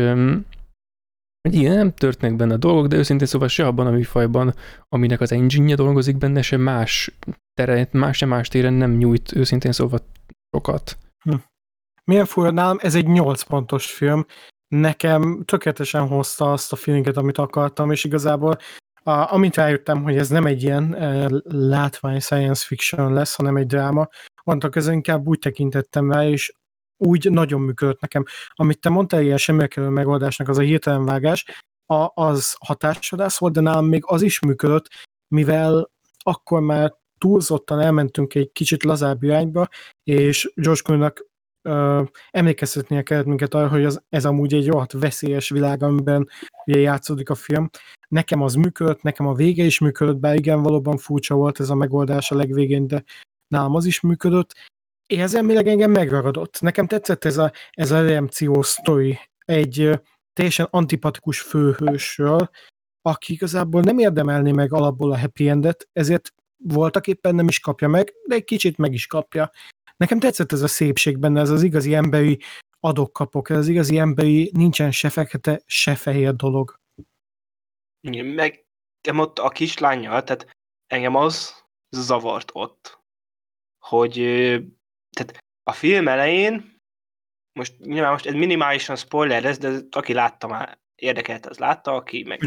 igen, nem történnek benne dolgok, de őszintén szóval se abban a műfajban, aminek az engine-je dolgozik benne, se más téren nem nyújt őszintén szóval sokat. Milyen fura, nálam ez egy 8 pontos film. Nekem tökéletesen hozta azt a feelinget, amit akartam, és igazából amint rájöttem, hogy ez nem egy ilyen látvány science fiction lesz, hanem egy dráma, onnantól kezdve inkább úgy tekintettem rá, és úgy nagyon működött nekem. Amit te mondtál, ilyen semmilyen megoldásnak az a hirtelen vágás, az hatásvadász volt, de nálam még az is működött, mivel akkor már túlzottan elmentünk egy kicsit lazább irányba, és George Clooney-nak emlékeztetnie kellett minket arra, hogy ez amúgy egy rohadt veszélyes világ, amiben ugye játszódik a film. Nekem az működött, nekem a vége is működött, bár igen, valóban furcsa volt ez a megoldás a legvégén, de nálam az is működött. Érzelmileg engem megragadott. Nekem tetszett ez a redempció sztori egy teljesen antipatikus főhősről, aki igazából nem érdemelné meg alapból a happy endet, ezért voltak éppen nem is kapja meg, de egy kicsit meg is kapja. Nekem tetszett ez a szépség benne, ez az igazi emberi adok-kapok, ez az igazi emberi nincsen se fekete, se fehér dolog. Igen, meg ott a kislánnyal, tehát engem az zavart ott, hogy tehát a film elején, nyilván most ez minimálisan spoiler lesz, de aki látta már, érdekelt, az látta, aki meg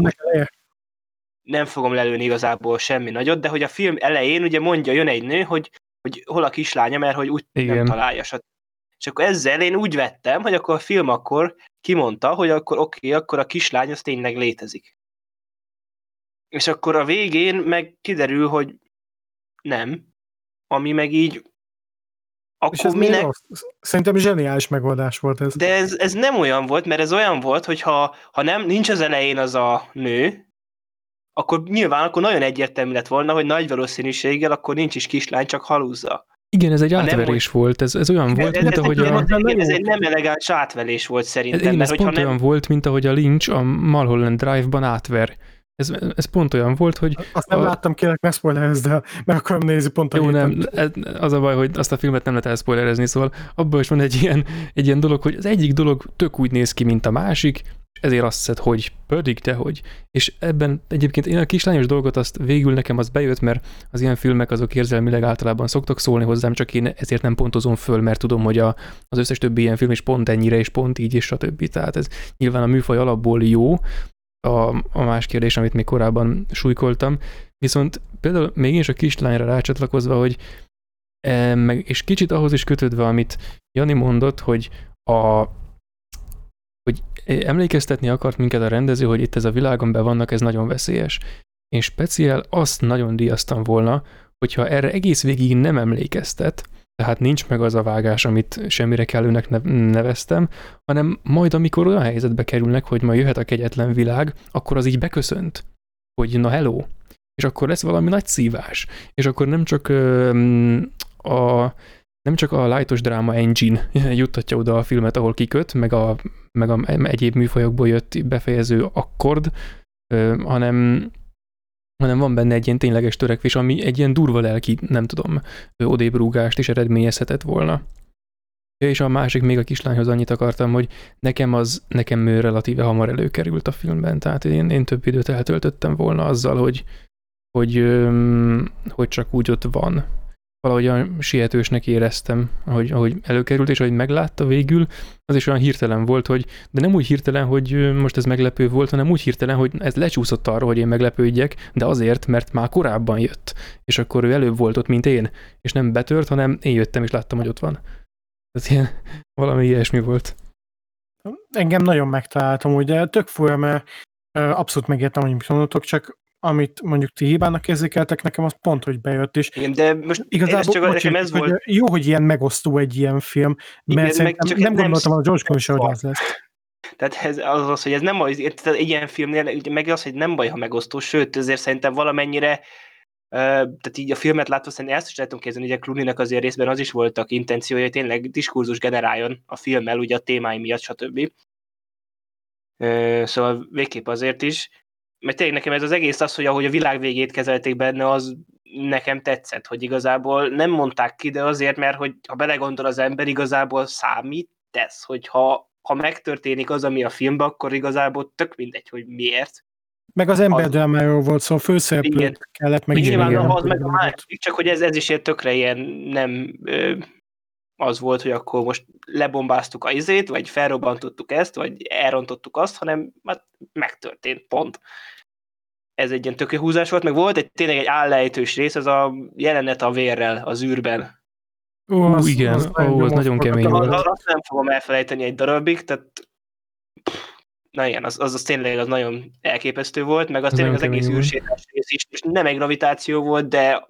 nem fogom lelőni igazából semmi nagyot, de hogy a film elején ugye jön egy nő, hogy hol a kislánya, mert hogy úgy igen. Nem találja. És akkor ezzel én úgy vettem, hogy akkor a film akkor kimondta, hogy akkor oké, akkor a kislány az tényleg létezik. És akkor a végén meg kiderül, hogy nem, ami meg így akkor és ez minek... Szerintem zseniális megoldás volt ez. De ez nem olyan volt, mert ez olyan volt, hogy ha nincs az elején az a nő, akkor nyilván nagyon egyértelmű lett volna, hogy nagy valószínűséggel akkor nincs is kislány, csak halúzza. Igen, ez egy átverés volt, ez olyan volt, mint ahogy ez egy nem elegáns átverés volt szerintem. Igen, ez pont olyan volt, mint ahogy a Lynch a Mulholland Drive-ban átver. Ez pont olyan volt, hogy... Azt nem láttam, kérlek, ne spoilerezd, de meg akarom nézni pont a Jó, nem, az a baj, hogy azt a filmet nem lehet elszpoilerezni, szóval abban is van egy ilyen dolog, hogy az egyik dolog tök úgy néz ki, mint a másik, ezért azt hiszed, hogy pedig dehogy. És ebben egyébként én a kislányos dolgot azt végül nekem az bejött, mert az ilyen filmek azok érzelmileg általában szoktak szólni hozzám, csak én ezért nem pontozom föl, mert tudom, hogy az összes többi ilyen film is pont ennyire, és pont így, és stb. Tehát ez nyilván a műfaj alapból jó, a más kérdés, amit még korábban súlykoltam, viszont például még én is a kislányra rácsatlakozva, hogy és kicsit ahhoz is kötődve, amit Jani mondott, hogy emlékeztetni akart minket a rendező, hogy itt ez a világon be vannak, ez nagyon veszélyes. Én speciál azt nagyon díjaztam volna, hogyha erre egész végig nem emlékeztet, tehát nincs meg az a vágás, amit semmire kellőnek neveztem, hanem majd, amikor olyan helyzetbe kerülnek, hogy majd jöhet a kegyetlen világ, akkor az így beköszönt, hogy na hello, és akkor lesz valami nagy szívás, és akkor nem csak nem csak a lightos dráma engine juttatja oda a filmet, ahol kiköt, meg a egyéb műfajokból jött befejező akkord, hanem van benne egy ilyen tényleges törekvés, ami egy ilyen durva lelki, nem tudom, odébrúgást is eredményezhetett volna. És a másik, még a kislányhoz annyit akartam, hogy nekem relatíve hamar előkerült a filmben, tehát én több időt eltöltöttem volna azzal, hogy csak úgy ott van. Valahogyan sietősnek éreztem, ahogy előkerült, és ahogy meglátta végül, az is olyan hirtelen volt, de nem úgy hirtelen, hogy most ez meglepő volt, hanem úgy hirtelen, hogy ez lecsúszott arra, hogy én meglepődjek, de azért, mert már korábban jött, és akkor ő előbb volt ott, mint én, és nem betört, hanem én jöttem, és láttam, hogy ott van. Tehát ilyen, valami ilyesmi volt. Engem nagyon megtaláltam, ugye tök fura, mert abszolút megértem, hogy mit mondhatok, csak amit mondjuk ti hibának érzékeltek, nekem az pont, hogy bejött is. Igen, de most igazából nekem ez volt. Jó, hogy ilyen megosztó egy ilyen film, mert igen, nem gondoltam, hogy a George Clooney hogy az lesz. Tehát az, hogy ez nem az, egy ilyen filmnél, meg az, hogy nem baj, ha megosztó, sőt, ezért szerintem valamennyire, tehát így a filmet látva szerintem ezt is lehetem kezdeni, hogy a Clooneynek azért részben az is voltak intenciója, hogy tényleg diskurzus generáljon a filmmel, ugye a témái miatt, stb. Szóval végképp azért is, mert tényleg nekem ez az egész az, hogy ahogy a világ végét kezelték benne, az nekem tetszett, hogy igazából nem mondták ki, de azért, mert hogy ha belegondol az ember, igazából számít tesz, hogy ha megtörténik az, ami a filmben, akkor igazából tök mindegy, hogy miért. Meg az emberdrámáról volt szó, főszereplőt kellett meg. Igen, az meg a másik, csak hogy ez is ilyen tökre ilyen nem az volt, hogy akkor most lebombáztuk a izét, vagy felrobbantottuk ezt, vagy elrontottuk azt, hanem hát megtörtént, pont. Ez egy ilyen töké húzás volt, meg volt tényleg egy állejtős rész, ez a jelenet a vérrel az űrben. Igen, az nagyon kemény volt. Azt nem fogom elfelejteni egy darabig, tehát na igen, az tényleg az nagyon elképesztő volt, meg az tényleg az egész űrsétás rész is, és nem egy gravitáció volt, de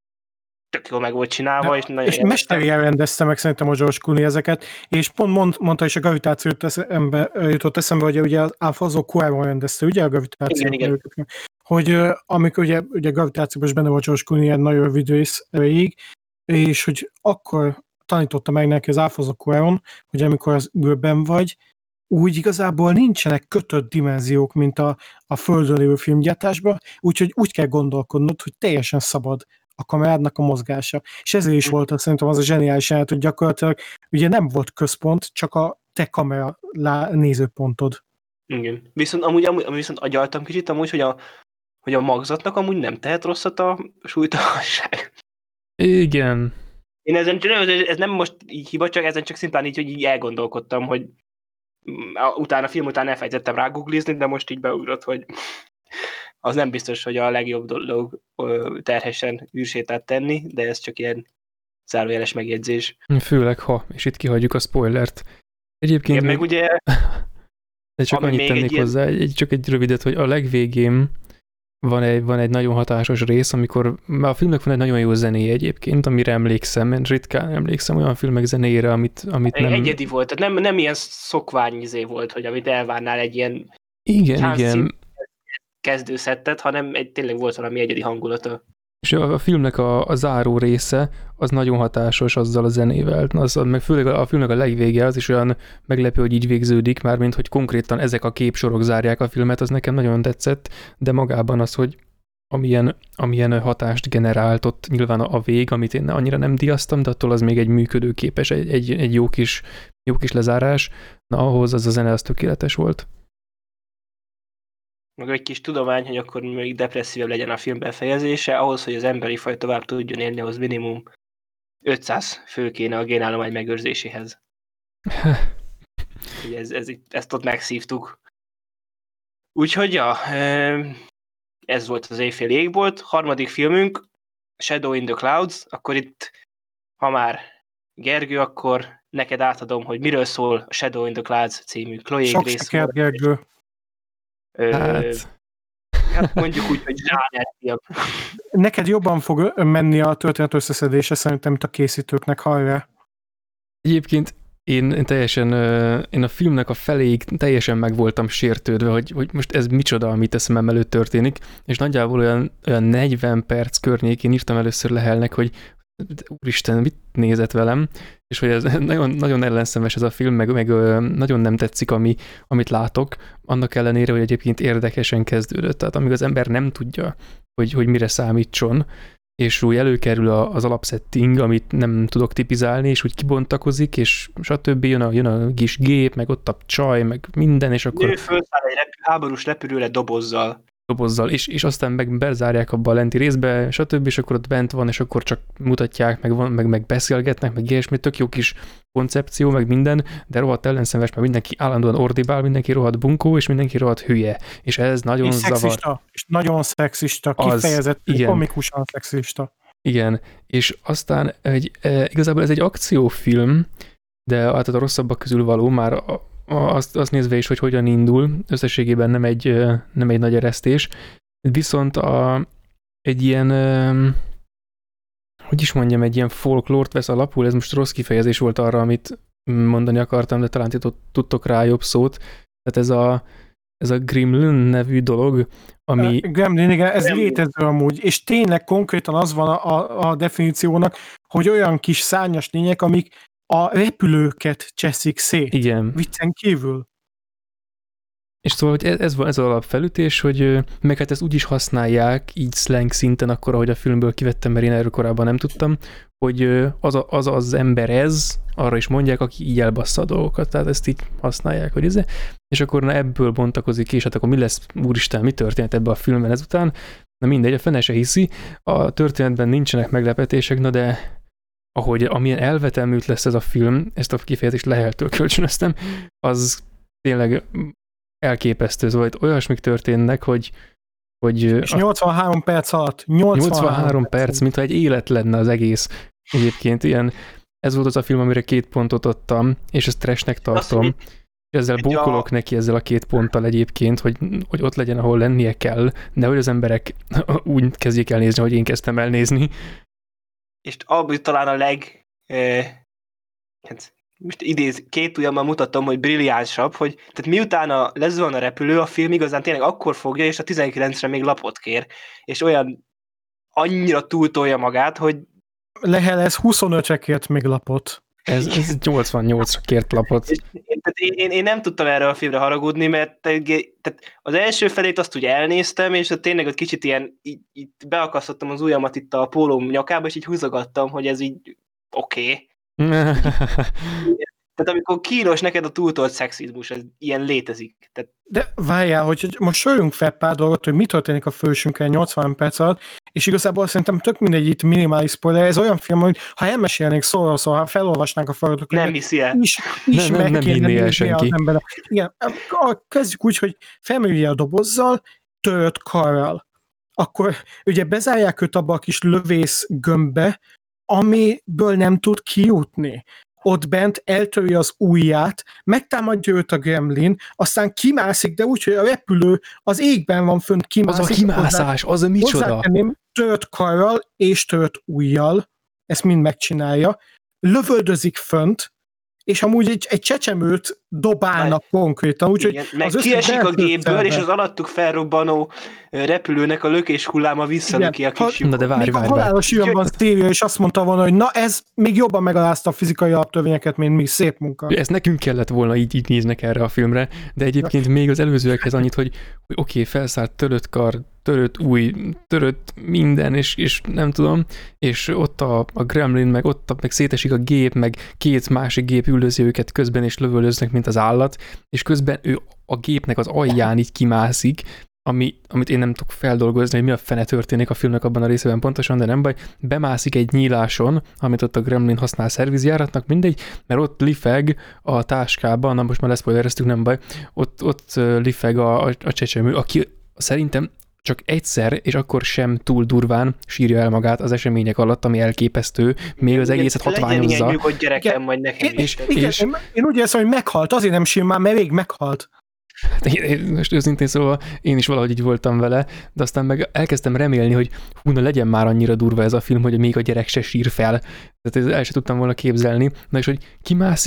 tök jól meg volt csinálva, és nagyon... És mesterien rendezte meg szerintem a George Clooney ezeket, és pont mondta is a gravitáció jutott eszembe, hogy ugye az Alfonso Cuarón rendezte, ugye a gravitáció. Igen. Hogy amikor ugye gravitációban is benne volt George Clooney egy nagyon rövid rész erejéig, és hogy akkor tanította meg neki az Alfonso Cuarón, hogy amikor az űrben vagy, úgy igazából nincsenek kötött dimenziók, mint a Földön lévő filmgyártásban, úgyhogy úgy kell gondolkodnod, hogy teljesen szabad a kamerádnak a mozgása. És ezért is volt szerintem az a zseniális jelenet, hogy gyakorlatilag ugye nem volt központ, csak a te kamera nézőpontod. Igen. Viszont amúgy viszont agyaltam kicsit, amúgy, hogy a magzatnak amúgy nem tehet rosszat a súlytalanság. Igen. Én ez nem most így hiba, csak ezen csak szimplán így, hogy így elgondolkodtam, hogy utána, a film után elfejtettem rá googlizni, de most így beugrott, hogy az nem biztos, hogy a legjobb dolog terhesen űrsétát tenni, de ez csak ilyen zárójeles megjegyzés. Főleg és itt kihagyjuk a spoilert. Egyébként igen, meg ugye... De csak annyit tennék hozzá, csak egy rövidet, hogy a legvégén van egy nagyon hatásos rész, amikor a filmnek van egy nagyon jó zenéje egyébként, amire emlékszem, én ritkán emlékszem olyan filmek zenéjére, amit nem... Egyedi volt, tehát nem ilyen szokványizé volt, hogy amit elvárnál egy ilyen... Igen. kezdőszettet, hanem tényleg volt valami egyedi hangulata. És a filmnek a záró része az nagyon hatásos azzal a zenével. Meg főleg a filmnek a legvége az is olyan meglepő, hogy így végződik, mármint hogy konkrétan ezek a képsorok zárják a filmet, az nekem nagyon tetszett, de magában az, hogy amilyen hatást generált ott nyilván a vég, amit én annyira nem diasztam, de attól az még egy működőképes, egy jó kis lezárás. Na ahhoz az a zene az tökéletes volt. Meg egy kis tudomány, hogy akkor még depresszívebb legyen a film befejezése, ahhoz, hogy az emberi faj tovább tudjon élni, ahhoz minimum 500 fő kéne a génállomány megőrzéséhez. Ezt ott megszívtuk. Úgyhogy ja, ez volt az Éjféli égbolt. Harmadik filmünk, Shadow in the Clouds. Akkor itt, ha már Gergő, akkor neked átadom, hogy miről szól a Shadow in the Clouds című Chloe Grace. Sok Gergő. Hát mondjuk úgy, hogy zsánerfilm. Neked jobban fog menni a történet összeszedése szerintem, mint a készítőknek, hajrá. Egyébként én a filmnek a feléig teljesen meg voltam sértődve, hogy most ez micsoda, amit a szemem előtt történik, és nagyjából olyan 40 perc környékén írtam először Lehelnek, hogy úristen, mit nézett velem, és hogy ez nagyon, nagyon ellenszenves ez a film, meg nagyon nem tetszik, amit látok, annak ellenére, hogy egyébként érdekesen kezdődött. Tehát amíg az ember nem tudja, hogy mire számítson, és úgy előkerül az alapsetting, amit nem tudok tipizálni, és úgy kibontakozik, és stb. Jön a kis gép, meg ott a csaj, meg minden, és akkor... Nő felszáll egy háborús repülőre dobozzal, és aztán meg bezárják abba a lenti részbe, stb., és akkor ott bent van, és akkor csak mutatják, meg beszélgetnek, meg ilyesmi, tök jó kis koncepció, meg minden, de rohadt ellenszenves, mert mindenki állandóan ordibál, mindenki rohadt bunkó, és mindenki rohadt hülye, és ez nagyon zavar. Szexista, és nagyon szexista, kifejezetten komikusan szexista. Igen, és aztán igazából ez egy akciófilm, de hát a rosszabbak közül való, már azt nézve is, hogy hogyan indul, összességében nem egy nagy eresztés, viszont egy ilyen, hogy is mondjam, egy ilyen folklórt vesz alapul, ez most rossz kifejezés volt arra, amit mondani akartam, de talán ti tudtok rá jobb szót, tehát ez a Gremlin nevű dolog, ami... Gremlin, igen, ez létező amúgy, és tényleg konkrétan az van a definíciónak, hogy olyan kis szárnyas lények, amik a repülőket cseszik szét. Igen. Viccen kívül. És szóval, hogy ez az alapfelütés, hogy meg hát ezt úgy is használják, így slang szinten, akkor, ahogy a filmből kivettem, mert én erről korábban nem tudtam, hogy az ember ez, arra is mondják, aki így elbassza a dolgokat, tehát ezt így használják, hogy ez, és akkor ebből bontakozik ki, és hát akkor mi lesz, úristen, mi történt ebben a filmben ezután? Na mindegy, a fene se hiszi, a történetben nincsenek meglepetések, na de amilyen elvetemült lesz ez a film, ezt a kifejezést Leheltől kölcsönöztem, az tényleg elképesztő, szóval olyasmik történnek, hogy és 83 perc alatt. 83 perc, mintha egy élet lenne az egész. Egyébként ez volt az a film, amire 2 pontot adtam, és ezt trashnek tartom. És ezzel bókolok neki ezzel a 2 ponttal egyébként, hogy ott legyen, ahol lennie kell, de hogy az emberek úgy kezdjék el nézni, hogy én kezdtem el nézni. És abban talán most idéz, 2 ujjammal mutatom, hogy brilliánsabb, hogy tehát miután lezuhan a repülő, a film igazán tényleg akkor fogja, és a 19-re még lapot kér, és annyira túltolja magát, hogy... Lehel, ez 25-re kért még lapot. Ez 88-ra kért lapot. Én nem tudtam erre a filmre haragudni, mert tehát az első felét azt úgy elnéztem, és tényleg egy kicsit ilyen, így beakasztottam az ujjamat itt a pólóm nyakába, és így húzogattam, hogy ez így oké. Tehát amikor kínos neked a túltolt szexizmus, ez ilyen létezik. Tehát... De várjál, hogy most sorjunk fel pár dolgot, hogy mi történik a fősünkkel 80 perc alatt, és igazából szerintem tök mindegy itt minimális spoiler, ez olyan film, hogy ha elmesélnénk szóval, ha felolvasnánk a forgatókönyvet, nem hiszi el. Is nem hinné el senki. Igen, kezdjük úgy, hogy felművje a dobozzal, törött karral. Akkor ugye bezárják őt abba a kis lövész gömbbe, amiből nem tud kijutni. Ott bent eltöri az ujját, megtámadja őt a gremlin, aztán kimászik, de úgy, hogy a repülő az égben van fönt, kimászik. Az a kimászás, az a micsoda? Tört karral és tört ujjal, ezt mind megcsinálja, lövöldözik fönt, és amúgy egy csecsemőt dobálnak konkrétan. Úgyhogy meg kiesik a gépből, és az alattuk felrobbanó repülőnek a lökés hulláma visszalöki a kis lyukot. Na de várj. A halálos űrben Stevie és azt mondta volna, hogy na ez még jobban megalázta a fizikai alaptörvényeket, mint mi. Szép munka. Ez nekünk kellett volna, így néznek erre a filmre, de egyébként még az előzőekhez annyit, hogy oké, felszállt törött kar, törött új, törött minden, és nem tudom, és ott a gremlin, meg ott meg szétesik a gép, meg 2 másik gép üldözi őket közben, és lövöldöznek, mint az állat, és közben ő a gépnek az alján így kimászik, amit én nem tudok feldolgozni, hogy mi a fene történik a filmnek abban a részében pontosan, de nem baj, bemászik egy nyíláson, amit ott a gremlin használ szervizjáratnak, mindegy, mert ott lifeg a táskában, na most már leszpoilereztük, nem baj, ott lifeg a csecsemő, aki szerintem csak egyszer, és akkor sem túl durván sírja el magát az események alatt, ami elképesztő, még az egészet hatványozza. Legyen ilyen nyugodt gyerekem, majd nekem is. Én úgy érzem, hogy meghalt, azért nem sír már, mert rég meghalt. Most őszintén szóval én is valahogy így voltam vele, de aztán meg elkezdtem remélni, hogy na legyen már annyira durva ez a film, hogy még a gyerek se sír fel. Tehát el sem tudtam volna képzelni. Na és hogy kimászik,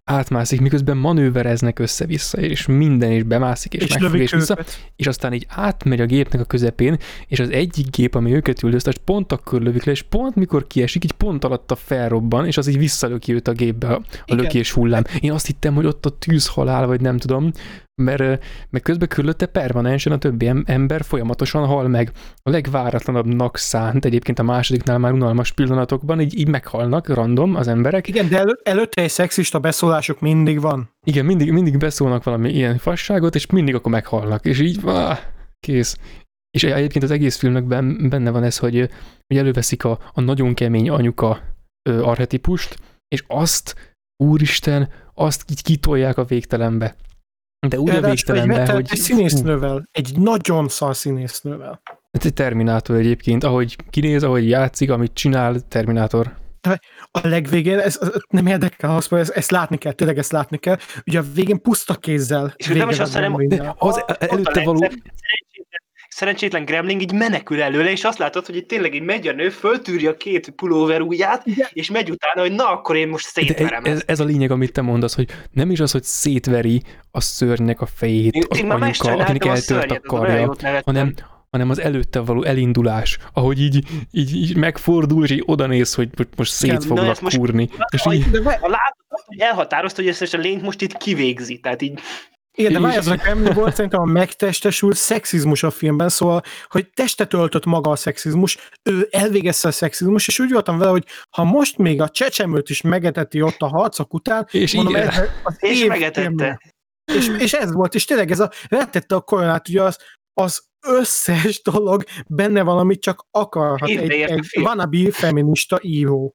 átmászik, miközben manővereznek össze-vissza, és minden is bemászik, és megfog, és vissza, őket. és aztán így átmegy a gépnek a közepén, és az egyik gép, ami őket üldözte, pont akkor lövik le, és pont mikor kiesik, így pont alatta felrobban, és az így visszalöki őt a gépbe a lökés hullám. Én azt hittem, hogy ott a tűzhalál, vagy nem tudom, mert közben körülötte permanensen a többi ember folyamatosan hal meg. A legváratlanabbnak szánt, egyébként a másodiknál már unalmas pillanatokban, így meghalnak random az emberek. Igen, de előtte egy szexista beszólásuk mindig van. Igen, mindig beszólnak valami ilyen fasságot, és mindig akkor meghalnak, és így kész. És egyébként az egész filmnek benne van ez, hogy előveszik a nagyon kemény anyuka archetipust, és azt, úristen, azt így kitolják a végtelenbe. De úgy a végtelenbe, hogy... Egy színésznővel, egy nagyon szar színésznővel. Ez egy Terminátor egyébként, ahogy kinéz, ahogy játszik, amit csinál, Terminátor. A legvégén, ez nem érdekel, ezt látni kell, tényleg ezt látni kell. Ugye a végén puszta kézzel. És nem is azt hanem, az előtte való... Szerencsétlen Gremling így menekül előle, és azt látod, hogy itt tényleg így megy a nő, föltűrje a két pulóver ujját, és megy utána, hogy na, akkor én most szétverem ez a lényeg, amit te mondasz, hogy nem is az, hogy szétveri a szörnynek a fejét, az anyuka, akinek eltört a karja, hanem az előtte való elindulás, ahogy így megfordul, és így odanéz, hogy most szét foglak kúrni. És így... Látod, hogy elhatározta, hogy ezt a lényt most itt kivégzi, tehát így... Igen, de várjátok, nem volt szerintem a megtestesült szexizmus a filmben, szóval, hogy testet öltött maga a szexizmus, ő elvégezte a szexizmus, és úgy voltam vele, hogy ha most még a csecsemőt is megeteti ott a harcok után, és mondom, és megetette. És ez volt, és tényleg ez retette a koronát, ugye az összes dolog benne van, amit csak akarhat egy wannabe feminista író.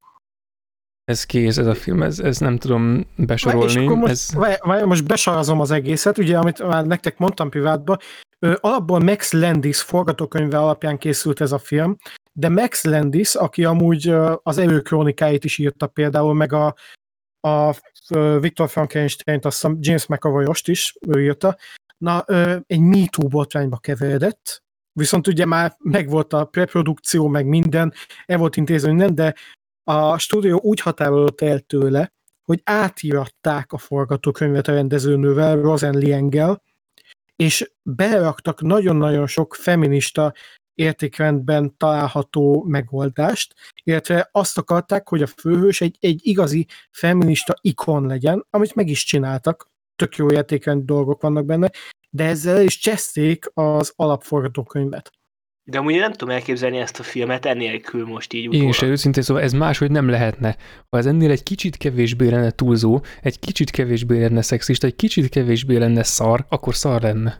Ez kész, ez a film, ez nem tudom besorolni. Most besarazom az egészet, ugye, amit már nektek mondtam privátban, alapból Max Landis forgatókönyve alapján készült ez a film, de Max Landis, aki amúgy az Erőkrónikáit is írta például, meg a Viktor Frankenstein-t, azt hiszem James McAvoy-ost is ő írta, egy MeToo botrányba keveredett, viszont ugye már megvolt a preprodukció, meg minden, el volt intézve minden, de a stúdió úgy határozott el tőle, hogy átíratták a forgatókönyvet a rendezőnővel, Rosen Lienggel, és beleraktak nagyon-nagyon sok feminista értékrendben található megoldást, illetve azt akarták, hogy a főhős egy igazi feminista ikon legyen, amit meg is csináltak, tök jó értékrend dolgok vannak benne, de ezzel is cseszték az alapforgatókönyvet. De amúgy nem tudom elképzelni ezt a filmet ennélkül most így utólag. Én se őszintén, szóval ez máshogy nem lehetne. Ha ez ennél egy kicsit kevésbé lenne túlzó, egy kicsit kevésbé lenne szexista, egy kicsit kevésbé lenne szar, akkor szar lenne.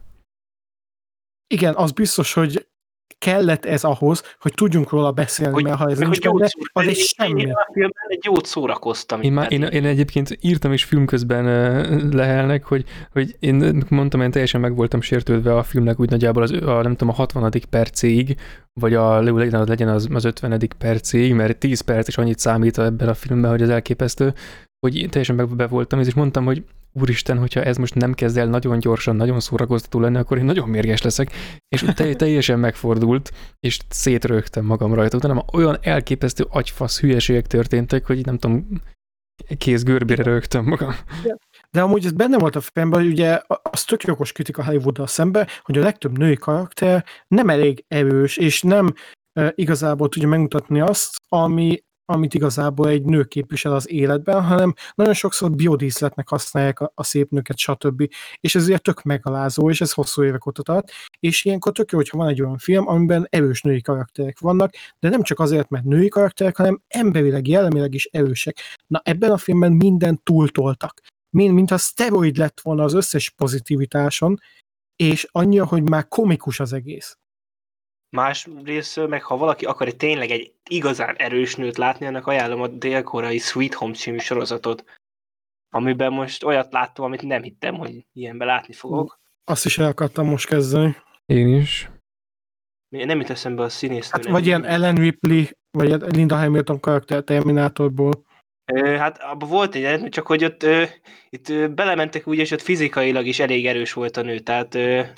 Igen, az biztos, hogy kellett ez ahhoz, hogy tudjunk róla beszélni, mert ha ez nincs benne, az egy semmi. Egy jót szórakoztam. Én egyébként írtam is film közben Lehelnek, hogy én mondtam, én teljesen meg voltam sértődve a filmnek úgy nagyjából nem tudom, a 60. percéig, vagy legyen az 50. percéig, mert 10 perc is annyit számít ebben a filmben, hogy az elképesztő, hogy teljesen megbe voltam, és mondtam, hogy úristen, hogyha ez most nem kezd el nagyon gyorsan, nagyon szórakoztató lenni, akkor én nagyon mérges leszek, és teljesen megfordult, és szétrögtem magam rajta. Utána olyan elképesztő agyfasz hülyeségek történtek, hogy nem tudom, kész görbére rögtem magam. De amúgy ez benne volt a filmben, hogy ugye az tök jogos kritika Hollywooddal szemben, hogy a legtöbb női karakter nem elég erős, és nem igazából tudja megmutatni azt, amit igazából egy nő képvisel az életben, hanem nagyon sokszor biodíszletnek használják a szép nőket, stb. És ez ugye tök megalázó, és ez hosszú évek óta tart, és ilyenkor tök jó, hogyha van egy olyan film, amiben erős női karakterek vannak, de nem csak azért, mert női karakterek, hanem emberileg, jellemileg is erősek. Na ebben a filmben mindent túltoltak. Mint a szteroid lett volna az összes pozitivitáson, és annyira, hogy már komikus az egész. Másrészt meg ha valaki akar tényleg egy igazán erős nőt látni, annak ajánlom a dél-koreai Sweet Home című sorozatot, amiben most olyat láttam, amit nem hittem, hogy ilyenben látni fogok. Azt is el akartam most kezdeni. Én is. Nem jut eszembe a színésznő. Hát, vagy ilyen Ellen Ripley, vagy Linda Hamilton karakter Terminátorból. Hát abban volt egy, csak hogy ott itt belementek úgy, és ott fizikailag is elég erős volt a nő, tehát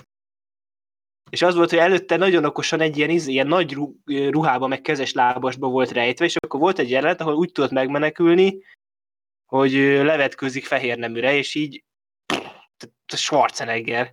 és az volt, hogy előtte nagyon okosan egy ilyen nagy ruhába, meg kezes lábasba volt rejtve, és akkor volt egy jelenet, ahol úgy tudott megmenekülni, hogy levetkőzik fehér neműre, és így Schwarzenegger.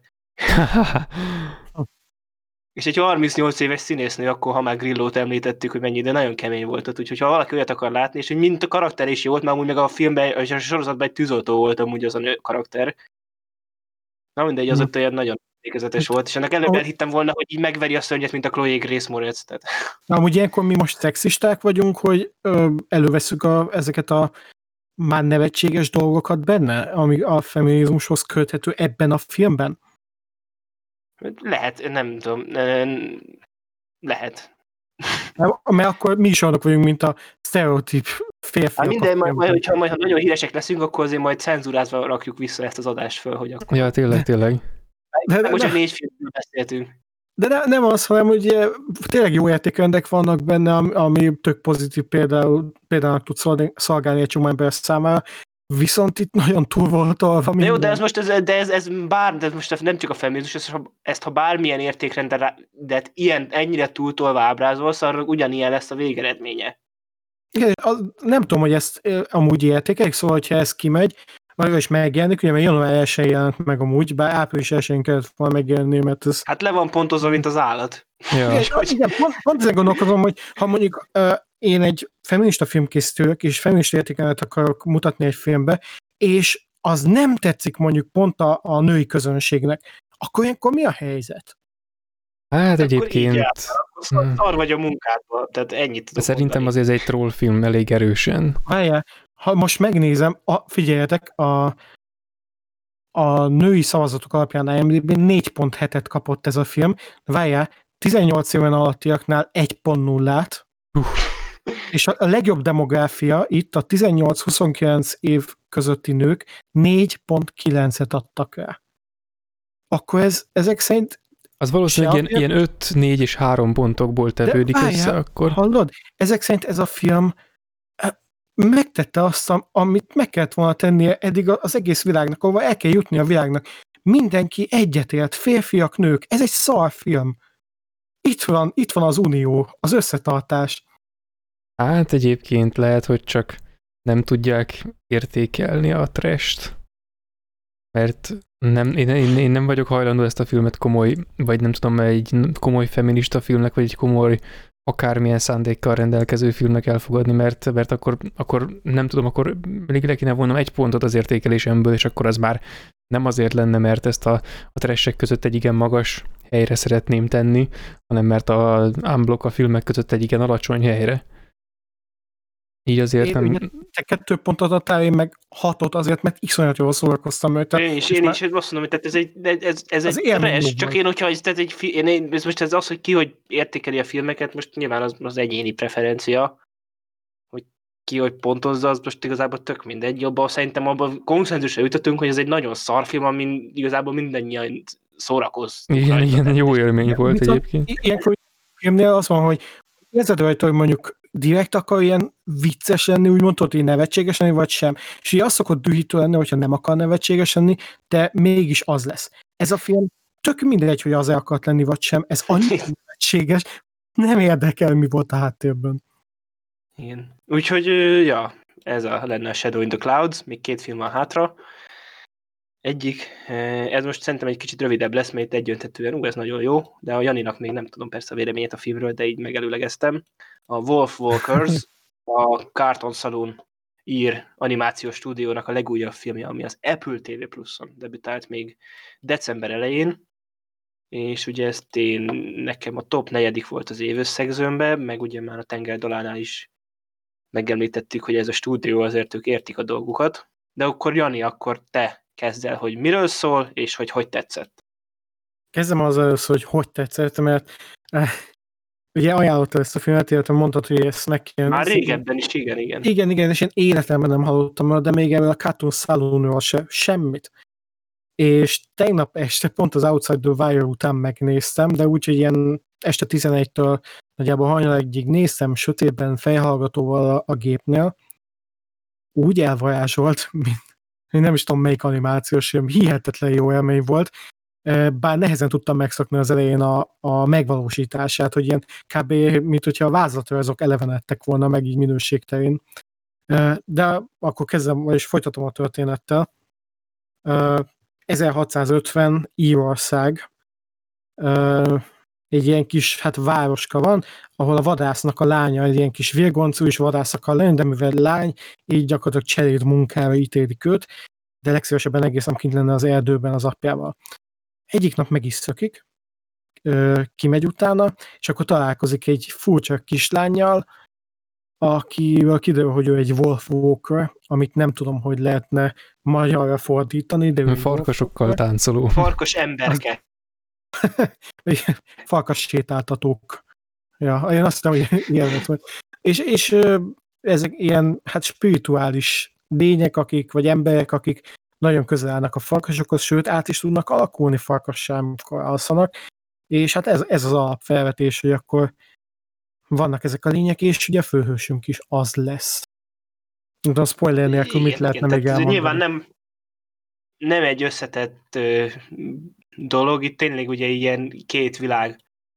És egy 38 éves színésznő, akkor ha már Grillót említettük, hogy mennyi, de nagyon kemény volt ott, úgyhogy ha valaki olyat akar látni, és hogy mint a karakter is jó volt, mert amúgy meg a filmben, és a sorozatban egy tűzoltó volt amúgy az a karakter. Na mindegy, az ott olyan nagyon emlékezetes volt, és ennek előbb elhittem volna, hogy így megveri a szörnyet, mint a Chloe Grace Moretz. Tehát. Na, amúgy ilyenkor mi most szexisták vagyunk, hogy előveszünk ezeket a már nevetséges dolgokat benne, ami a feminizmushoz köthető ebben a filmben? Lehet, nem tudom. Lehet. Mert akkor mi is annak vagyunk, mint a sztereotíp férfiak. Hát minden, hogyha majd nagyon híresek leszünk, akkor azért majd cenzúrázva rakjuk vissza ezt az adást föl, hogy akkor... Ja, tényleg. Most csak 4 filmről beszéltünk. De nem az, hanem ugye tényleg jó értékrendek vannak benne, ami tök pozitív például tud szolgálni egy csomó ember számára, viszont itt nagyon túl volt tolva minden. Jó, de ez most nem csak a feminizmus, ezt ha bármilyen értékrendet ennyire túltolva ábrázolsz, arra ugyanilyen lesz a végeredménye. Igen, nem tudom, hogy ezt amúgy értékelik, szóval, hogyha ez kimegy, vagy is megjelenik, ugye mert január 1-én jelent meg amúgy, bár április 1-én kellett volna megjelenni, mert ez... Hát le van pontozva, mint az állat. Ja. Igen, pont ezen gondolkodom, hogy ha mondjuk én egy feminista filmkészítők, és feminista értékenet akarok mutatni egy filmbe, és az nem tetszik mondjuk pont a női közönségnek, akkor ilyenkor mi a helyzet? Hát egyébként... Szar vagy a munkádban, tehát ennyit tudom szerintem mondani. azért ez egy trollfilm elég erősen. Várjál, ha most megnézem, figyeljetek, a női szavazatok alapján IMDb-n 4.7-et kapott ez a film. Várjál, 18 éven alattiaknál 1.0-át, és a legjobb demográfia itt a 18-29 év közötti nők 4.9-et adtak rá. Akkor ezek szerint... Az valószínűleg ilyen 5, 4 és 3 pontokból tevődik össze akkor. Hallod? Ezek szerint ez a film megtette azt, amit meg kellett volna tennie eddig az egész világnak, ahol el kell jutni a világnak. Mindenki egyetért, férfiak, nők. Ez egy szarfilm. Itt van az unió, az összetartás. Hát egyébként lehet, hogy csak nem tudják értékelni a trash-t. Mert én nem vagyok hajlandó ezt a filmet komoly, vagy nem tudom, egy komoly feminista filmnek, vagy egy komoly akármilyen szándékkal rendelkező filmnek elfogadni, mert akkor nem tudom, akkor még le kéne vonnom 1 pontot az értékelésemből, és akkor az már nem azért lenne, mert ezt a trashek között egy igen magas helyre szeretném tenni, hanem mert a unblock a filmek között egy igen alacsony helyre. Így azért nem... Te 2 pontot adtál, én meg 6-ot azért, mert iszonyat jól szórakoztam. Én is azt mondom, hogy ez egy trash, csak én, hogyha ez az, hogy ki hogy értékeli a filmeket, most nyilván az egyéni preferencia, hogy ki hogy pontozza, az most igazából tök mindegy. Jobban szerintem abban konszenzusra jutottunk, hogy ez egy nagyon szar film, amin igazából mindannyian szórakoztunk. Igen, jó élmény volt egyébként. Ilyenkor filmnél az van, hogy érzed rajta, hogy mondjuk direkt akar ilyen vicces lenni, úgy mondtad, hogy nevetséges lenni, vagy sem. És így az szokott dühítő lenni, hogyha nem akar nevetséges lenni, de mégis az lesz. Ez a film tök mindegy, hogy az akart lenni, vagy sem. Ez annyira nevetséges, nem érdekel, mi volt a háttérben. Igen. Úgyhogy, ez lenne a Shadow in the Clouds, még 2 film van hátra. Egyik, ez most szerintem egy kicsit rövidebb lesz, mert egyöntetően, ez nagyon jó, de a Janinak még nem tudom persze a véleményét a filmről, de így megelőlegeztem. A Wolf Walkers, a Cartoon Saloon ír animációs stúdiónak a legújabb filmje, ami az Apple TV Plus-on debütált még december elején, és ugye nekem a top 4. volt az évösszegzőmben, meg ugye már a Tengerdalánál is megemlítettük, hogy ez a stúdió azért ők értik a dolgukat, de akkor Jani, akkor te kezd el, hogy miről szól, és hogy tetszett. Kezdem az először, hogy tetszett, mert ugye ajánlottad ezt a filmet, illetve mondtad, hogy ezt meg kell... Már régebben is, igen. Igen, és én életemben nem hallottam, de még ebből a Cartoon Saloonról semmit. És tegnap este pont az Outside the Wire után megnéztem, de úgy, hogy ilyen este 11-től nagyjából hajnalig néztem sötétben fejhallgatóval a gépnél, úgy elvarázsolt, mint nem is tudom melyik animációs film, hihetetlen jó élmény volt, bár nehezen tudtam megszokni az elején a megvalósítását, hogy ilyen kb. Mint hogyha a vázlatrajzok elevenedtek volna meg így minőségterén. De akkor kezdem, és folytatom a történettel. 1650 Írország, egy ilyen kis városka van, ahol a vadásznak a lánya egy ilyen kis virgoncú, és vadász akar lenni, de mivel lány, így gyakorlatilag cseréd munkára ítélik őt, de legszívesebben egészen kint lenne az erdőben az apjával. Egyik nap meg is szökik, kimegy utána, és akkor találkozik egy furcsa kislánnyal, akivel kiderül, hogy ő egy Wolf Walker, amit nem tudom, hogy lehetne magyarra fordítani, de ő farkasokkal táncoló. Farkas emberke. Farkas sétáltatók. Ja, én azt hiszem, hogy ilyen volt. És ezek ilyen spirituális lények, vagy emberek, akik nagyon közel állnak a farkasokhoz, sőt, át is tudnak alakulni farkassá, amikor alszanak. És ez az alapfelvetés, hogy akkor vannak ezek a lények, és ugye a főhősünk is az lesz. De a spoiler nélkül mit lehetne még elmondani? Nyilván nem egy összetett dolog, itt tényleg ugye ilyen két világ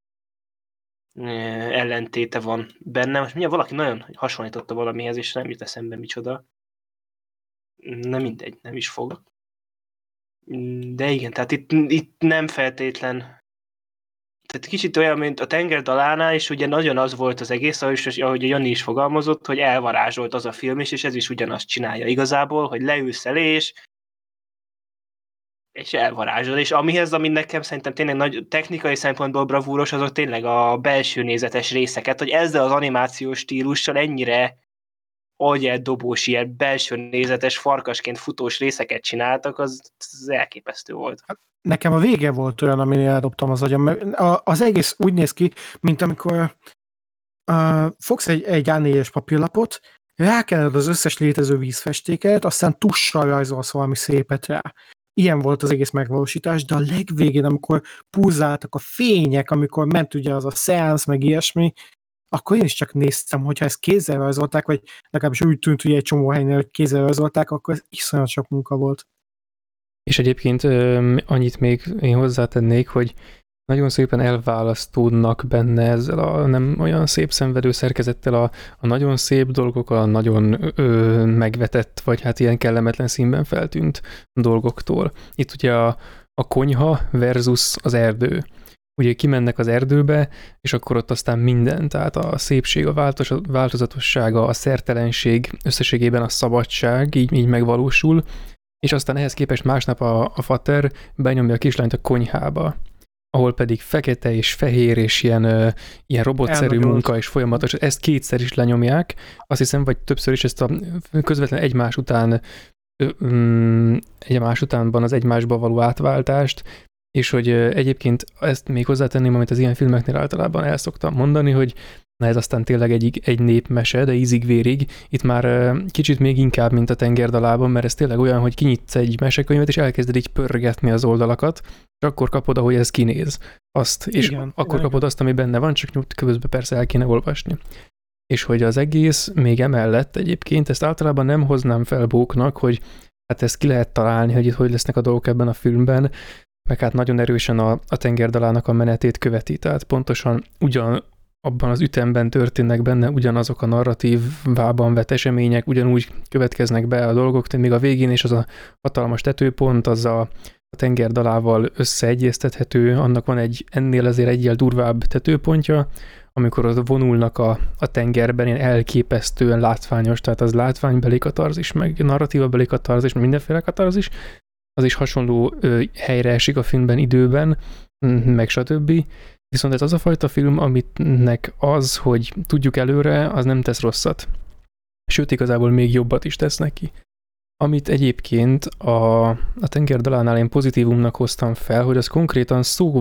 ellentéte van benne. Most mindjárt valaki nagyon hasonlította valamihez, és nem jut eszembe micsoda. Nem mindegy, nem is fog. De igen, tehát itt nem feltétlen. Tehát kicsit olyan, mint a Tenger dalánál, és ugye nagyon az volt az egész, ahogy a Jani is fogalmazott, hogy elvarázsolt az a film is, és ez is ugyanazt csinálja igazából, hogy leülsz elé, és elvarázsol. És ami nekem szerintem tényleg nagy technikai szempontból bravúros, azok tényleg a belső nézetes részeket, hogy ezzel az animációs stílussal ennyire agyelldobós, ilyen belső nézetes farkasként futós részeket csináltak, az elképesztő volt. Nekem a vége volt olyan, amin eldobtam az agyam. Az egész úgy néz ki, mint amikor fogsz egy A4-es papírlapot, rákened az összes létező vízfestéket, aztán tussal rajzolsz valami szépet rá. Ilyen volt az egész megvalósítás, de a legvégén, amikor pulzáltak a fények, amikor ment ugye az a szeánsz, meg ilyesmi, akkor én is csak néztem, hogyha ezt kézzel rajzolták, vagy legalábbis úgy tűnt, hogy egy csomó helynél, hogy kézzel rajzolták, akkor ez iszonyat sok munka volt. És egyébként annyit még én hozzátennék, hogy nagyon szépen elválasztódnak benne ezzel a nem olyan szép szenvedő szerkezettel a nagyon szép dolgok, a nagyon megvetett, vagy ilyen kellemetlen színben feltűnt dolgoktól. Itt ugye a konyha versus az erdő. Ugye kimennek az erdőbe, és akkor ott aztán minden, tehát a szépség, a változatossága, a szertelenség, összességében a szabadság így megvalósul, és aztán ehhez képest másnap a fater benyomja a kislányt a konyhába, ahol pedig fekete és fehér és ilyen robotszerű munka és folyamatos, ezt kétszer is lenyomják, azt hiszem, vagy többször is ezt a közvetlen egymás utánban az egymásba való átváltást, és hogy egyébként ezt még hozzátenném, amit az ilyen filmeknél általában el szoktam mondani, hogy na ez aztán tényleg egy népmese, de ízig-vérig, itt már kicsit még inkább, mint a Tengerdalában, mert ez tényleg olyan, hogy kinyitsz egy mesekönyvet, és elkezded így pörgetni az oldalakat, és akkor kapod, ahogy ez kinéz. Azt, és igen, akkor kapod azt, ami benne van, csak közben persze el kéne olvasni. És hogy az egész még emellett egyébként, ezt általában nem hoznám fel bóknak, hogy hát ezt ki lehet találni, hogy itt hogy lesznek a dolgok ebben a filmben, meg nagyon erősen a Tengerdalának a menetét követi, tehát pontosan abban az ütemben történnek benne ugyanazok a narratívában vett események, ugyanúgy következnek be a dolgok, még a végén is az a hatalmas tetőpont, az a Tengerdalával összeegyeztethető, annak van ennél azért egyel durvább tetőpontja, amikor ott vonulnak a tengerben, ilyen elképesztően látványos, tehát az látványbeli katarzis, meg narratívabeli katarzis, meg mindenféle katarzis, az is hasonló helyre esik a filmben időben, meg stb. Viszont ez az a fajta film, amitnek az, hogy tudjuk előre, az nem tesz rosszat. Sőt, igazából még jobbat is tesz neki. Amit egyébként a Tengerdalánál én pozitívumnak hoztam fel, hogy az konkrétan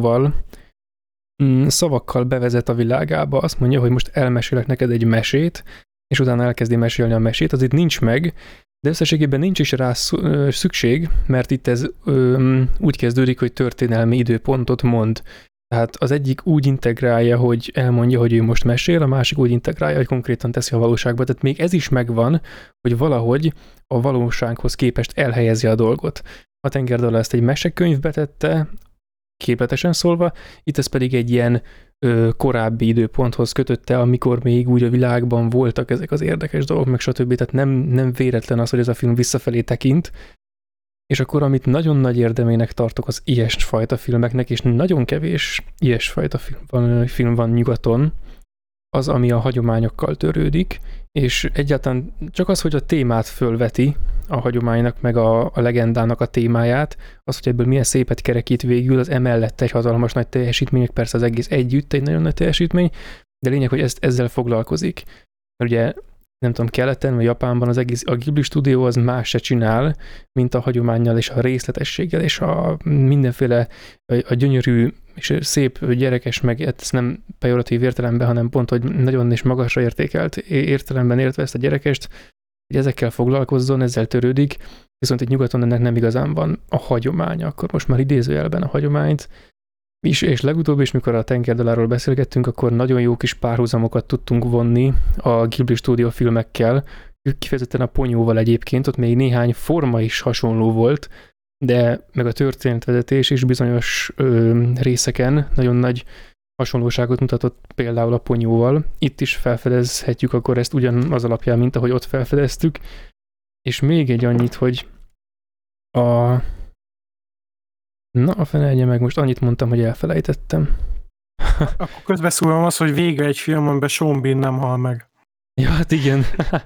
szavakkal bevezet a világába. Azt mondja, hogy most elmesélek neked egy mesét, és utána elkezdi mesélni a mesét. Az itt nincs meg, de összességében nincs is rá szükség, mert itt ez úgy kezdődik, hogy történelmi időpontot mond. Tehát az egyik úgy integrálja, hogy elmondja, hogy ő most mesél, a másik úgy integrálja, hogy konkrétan teszi a valóságba. Tehát még ez is megvan, hogy valahogy a valósághoz képest elhelyezi a dolgot. A Tengerdala ezt egy mesekönyvbe tette, képletesen szólva, itt ez pedig egy ilyen korábbi időponthoz kötötte, amikor még úgy a világban voltak ezek az érdekes dolgok, meg stb. Tehát nem véletlen az, hogy ez a film visszafelé tekint, és akkor amit nagyon nagy érdemének tartok az ilyesfajta filmeknek, és nagyon kevés ilyesfajta film van nyugaton, az, ami a hagyományokkal törődik, és egyáltalán csak az, hogy a témát fölveti, a hagyománynak, meg a legendának a témáját, az, hogy ebből milyen szépet kerekít végül, az emellett egy hatalmas nagy teljesítmény, persze az egész együtt egy nagyon nagy teljesítmény, de lényeg, hogy ezzel foglalkozik. Mert ugye nem tudom, keleten vagy Japánban az egész, a Ghibli stúdió az más se csinál, mint a hagyománnyal és a részletességgel és a mindenféle a gyönyörű és szép gyerekes, meg ez nem pejoratív értelemben, hanem pont, hogy nagyon is magasra értékelt értelemben értve ezt a gyerekest, hogy ezekkel foglalkozzon, ezzel törődik, viszont itt nyugaton ennek nem igazán van a hagyománya, akkor most már idézőjelben a hagyományt, és legutóbb is, mikor a Tengerdaláról beszélgettünk, akkor nagyon jó kis párhuzamokat tudtunk vonni a Ghibli stúdió filmekkel, kifejezetten a Ponyóval egyébként, ott még néhány forma is hasonló volt, de meg a történetvezetés is bizonyos részeken nagyon nagy hasonlóságot mutatott például a Ponyóval. Itt is felfedezhetjük akkor ezt ugyanaz alapján, mint ahogy ott felfedeztük. És még egy annyit, hogy Na, a fene meg, most annyit mondtam, hogy elfelejtettem. Akkor közbeszúrom az, hogy végre egy film, amiben Sean Bean nem hal meg. Ja, hát igen.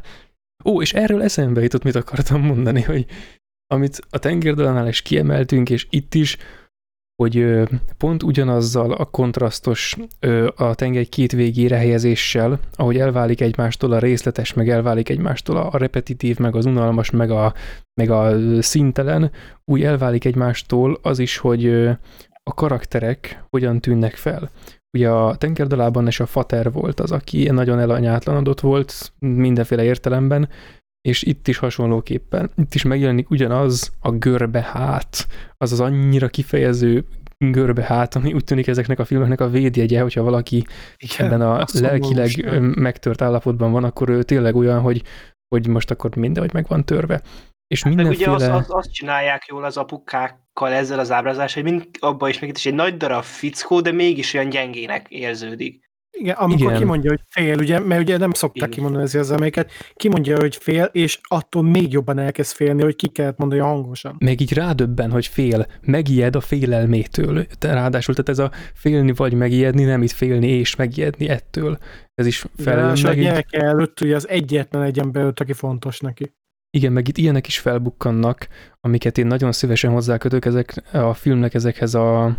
Ó, és erről eszembe jutott, mit akartam mondani, hogy amit a Tengerdalánál is kiemeltünk, és itt is, hogy pont ugyanazzal a kontrasztos a tengely két végére helyezéssel, ahogy elválik egymástól a részletes, meg elválik egymástól a repetitív, meg az unalmas, meg a színtelen, úgy elválik egymástól az is, hogy a karakterek hogyan tűnnek fel. Ugye a Tengerdalában és a Fater volt az, aki nagyon elanyátlanodott volt mindenféle értelemben, és itt is hasonlóképpen. Itt is megjelenik ugyanaz a görbe hát, az az annyira kifejező görbe hát, ami úgy tűnik ezeknek a filmeknek a védjegye, hogyha valaki ebben a lelkileg megtört állapotban van, akkor ő tényleg olyan, hogy most akkor mindenhogy meg van törve. És hát mindenféle... meg ugye azt csinálják jól az apukákkal ezzel az ábrázással, hogy abban is meg itt is egy nagy darab fickó, de mégis olyan gyengének érződik. Igen, amikor kimondja, hogy fél, ugye, mert ugye nem szokták Igen. kimondani ezért az eméket, kimondja, hogy fél, és attól még jobban elkezd félni, hogy ki kellett mondani hangosan. Meg így rádöbben, hogy fél, megijed a félelmétől. Ráadásul, tehát ez a félni vagy megijedni, nem itt félni és megijedni ettől. Ez is feljön meg. A gyereke előtt ugye az egyetlen egy ember, aki fontos neki. Igen, meg itt ilyenek is felbukkannak, amiket én nagyon szívesen hozzákötök ezek a filmnek ezekhez a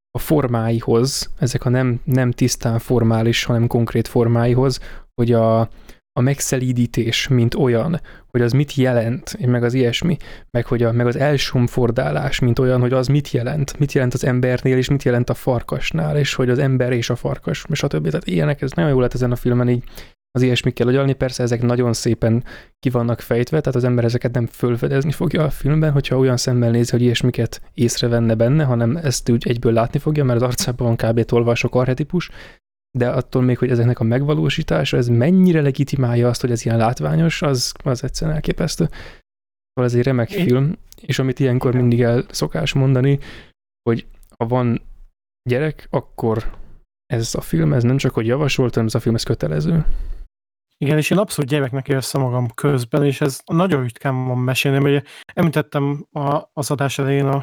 formáihoz, ezek a nem tisztán formális, hanem konkrét formáihoz, hogy a megszelídítés, mint olyan, hogy az mit jelent, meg az ilyesmi, meg az elsomfordálás, mint olyan, hogy az mit jelent az embernél, és mit jelent a farkasnál, és hogy az ember és a farkas, stb. Tehát ilyenek, ez nagyon jó lett ezen a filmen így az ilyesmikkel agyalni, persze ezek nagyon szépen ki vannak fejtve, tehát az ember ezeket nem fölfedezni fogja a filmben, hogyha olyan szemmel nézi, hogy ilyesmiket észrevenne benne, hanem ezt úgy egyből látni fogja, mert az arcában van kb. Tolva sok archetipus, de attól még, hogy ezeknek a megvalósítása, ez mennyire legitimálja azt, hogy ez ilyen látványos, az egyszerűen elképesztő. Szóval ez egy remek film, és amit ilyenkor mindig el szokás mondani, hogy ha van gyerek, akkor ez a film, ez nem csak hogy javasolt, hanem ez a film, ez kötelező. Igen, és én abszolút gyereknek érzem magam közben, és ez nagyon ritkán van mesélni, mert említettem az adás elején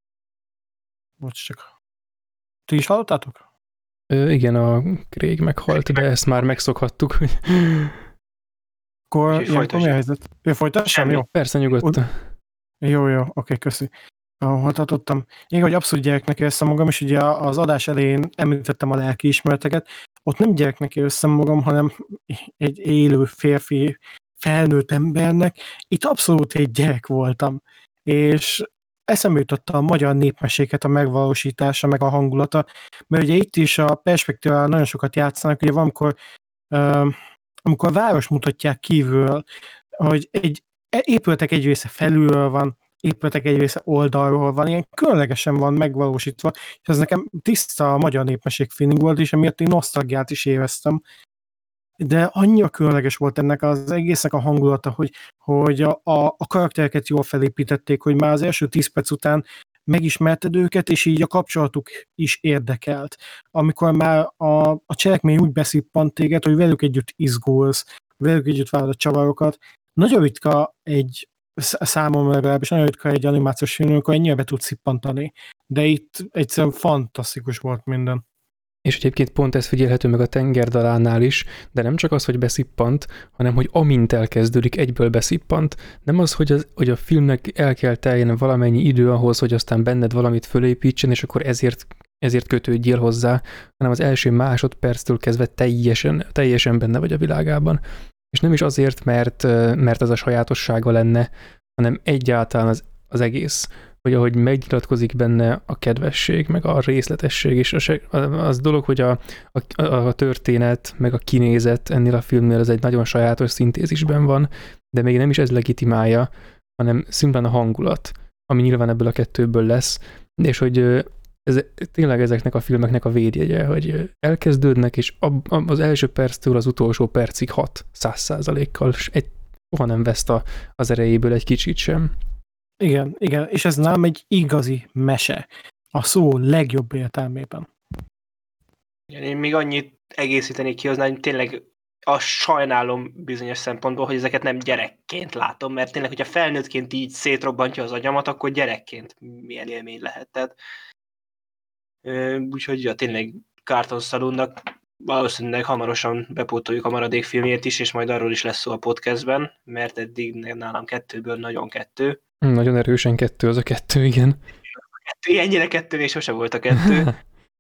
Bocs, csak... Ti is hallottátok? Igen, a Craig meghalt, de ezt már megszokhattuk. Akkor ilyenkor mi a helyzet? Folytassam? Jó? Persze, nyugodtan. Jó, oké, köszi. Hol tartottam? Én, hogy abszolút gyereknek érzem magam, és ugye az adás elején említettem a lelkiismereteket, ott nem gyereknek érzem magam, hanem egy élő férfi, felnőtt embernek. Itt abszolút egy gyerek voltam. És eszembe jutott a magyar népmeséket, a megvalósítása, meg a hangulata, mert ugye itt is a perspektívával nagyon sokat játszanak, ugye van, amikor a város mutatják kívül, hogy épületek egy része felülről van, épületek egy része oldalról van, ilyen különlegesen van megvalósítva, és ez nekem tiszta a magyar népmeség feeling volt, és emiatt én nosztalgiát is éreztem. De annyira különleges volt ennek az egésznek a hangulata, hogy a karaktereket jól felépítették, hogy már az első 10 perc után megismerted őket, és így a kapcsolatuk is érdekelt. Amikor már a cselekmény úgy beszippant téged, hogy velük együtt izgulsz, velük együtt várod a csavarokat. Nagyon ritka egy számomra legalábbis nagyon ritka egy animációs film, amikor ennyire be tudsz szippantani. De itt egyszerűen fantasztikus volt minden. És egyébként pont ez figyelhető meg a Tengerdalánál is, de nem csak az, hogy beszippant, hanem hogy amint elkezdődik, egyből beszippant. Nem az, hogy a filmnek el kell teljen valamennyi idő ahhoz, hogy aztán benned valamit fölépítsen, és akkor ezért kötődjél hozzá, hanem az első másodperctől kezdve teljesen benne vagy a világában. És nem is azért, mert ez a sajátossága lenne, hanem egyáltalán az egész, hogy ahogy megnyilatkozik benne a kedvesség, meg a részletesség, és az dolog, hogy a történet, meg a kinézet ennél a filmnél az egy nagyon sajátos szintézisben van, de még nem is ez legitimálja, hanem szimplán a hangulat, ami nyilván ebből a kettőből lesz, és hogy ez tényleg ezeknek a filmeknek a védjegye, hogy elkezdődnek, és az első perctől az utolsó percig 100%-kal, és soha nem veszt az erejéből egy kicsit sem. Igen, és ez nálam egy igazi mese. A szó legjobb értelmében. Én még annyit egészítenék ki hozzá, hogy tényleg azt sajnálom bizonyos szempontból, hogy ezeket nem gyerekként látom, mert tényleg, hogyha felnőttként így szétrobbantja az agyamat, akkor gyerekként milyen élmény lehet. Tehát, úgyhogy ja, tényleg Cartoon Saloonnak valószínűleg hamarosan bepótoljuk a maradék filmjét is, és majd arról is lesz szó a podcastben, mert eddig nálam 2-ből nagyon 2. Nagyon erősen 2 az a 2, igen. Ennyire 2 és sose volt a 2.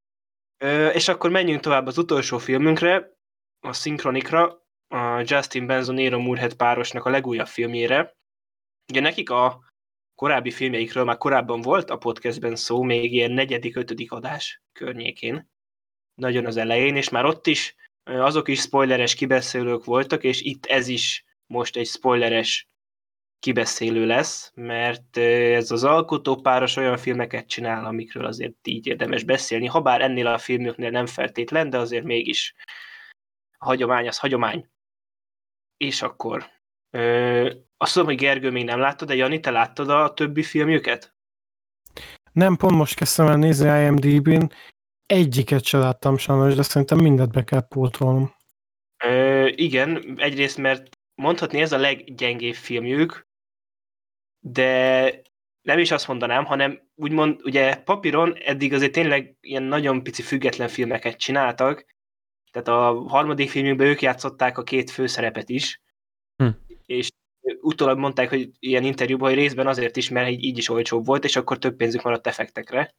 És akkor menjünk tovább az utolsó filmünkre, a Synchronicra, a Justin Benson Aaron Moorhead párosnak a legújabb filmjére. Ugye nekik a korábbi filmjeikről már korábban volt a podcastben szó, még ilyen 4.-5. adás környékén, nagyon az elején, és már ott is azok is spoileres kibeszélők voltak, és itt ez is most egy spoileres kibeszélő lesz, mert ez az alkotópáros olyan filmeket csinál, amikről azért így érdemes beszélni, habár ennél a filmüknél nem feltétlen, de azért mégis a hagyomány az hagyomány. És akkor azt tudom, hogy Gergő még nem láttad, de Jani, te láttad a többi filmjüket? Nem, pont most kezdtem el nézni IMDb-n, egyiket sem láttam sajnos, de szerintem mindent be kell pótolnom. Igen, egyrészt, mert mondhatni ez a leggyengébb filmjük, de nem is azt mondanám, hanem úgymond, ugye papíron eddig azért tényleg ilyen nagyon pici független filmeket csináltak, tehát a harmadik filmjükben ők játszották a 2 főszerepet is, és utólag mondták, hogy ilyen interjúban, hogy részben azért is, mert így is olcsóbb volt, és akkor több pénzük maradt effektekre.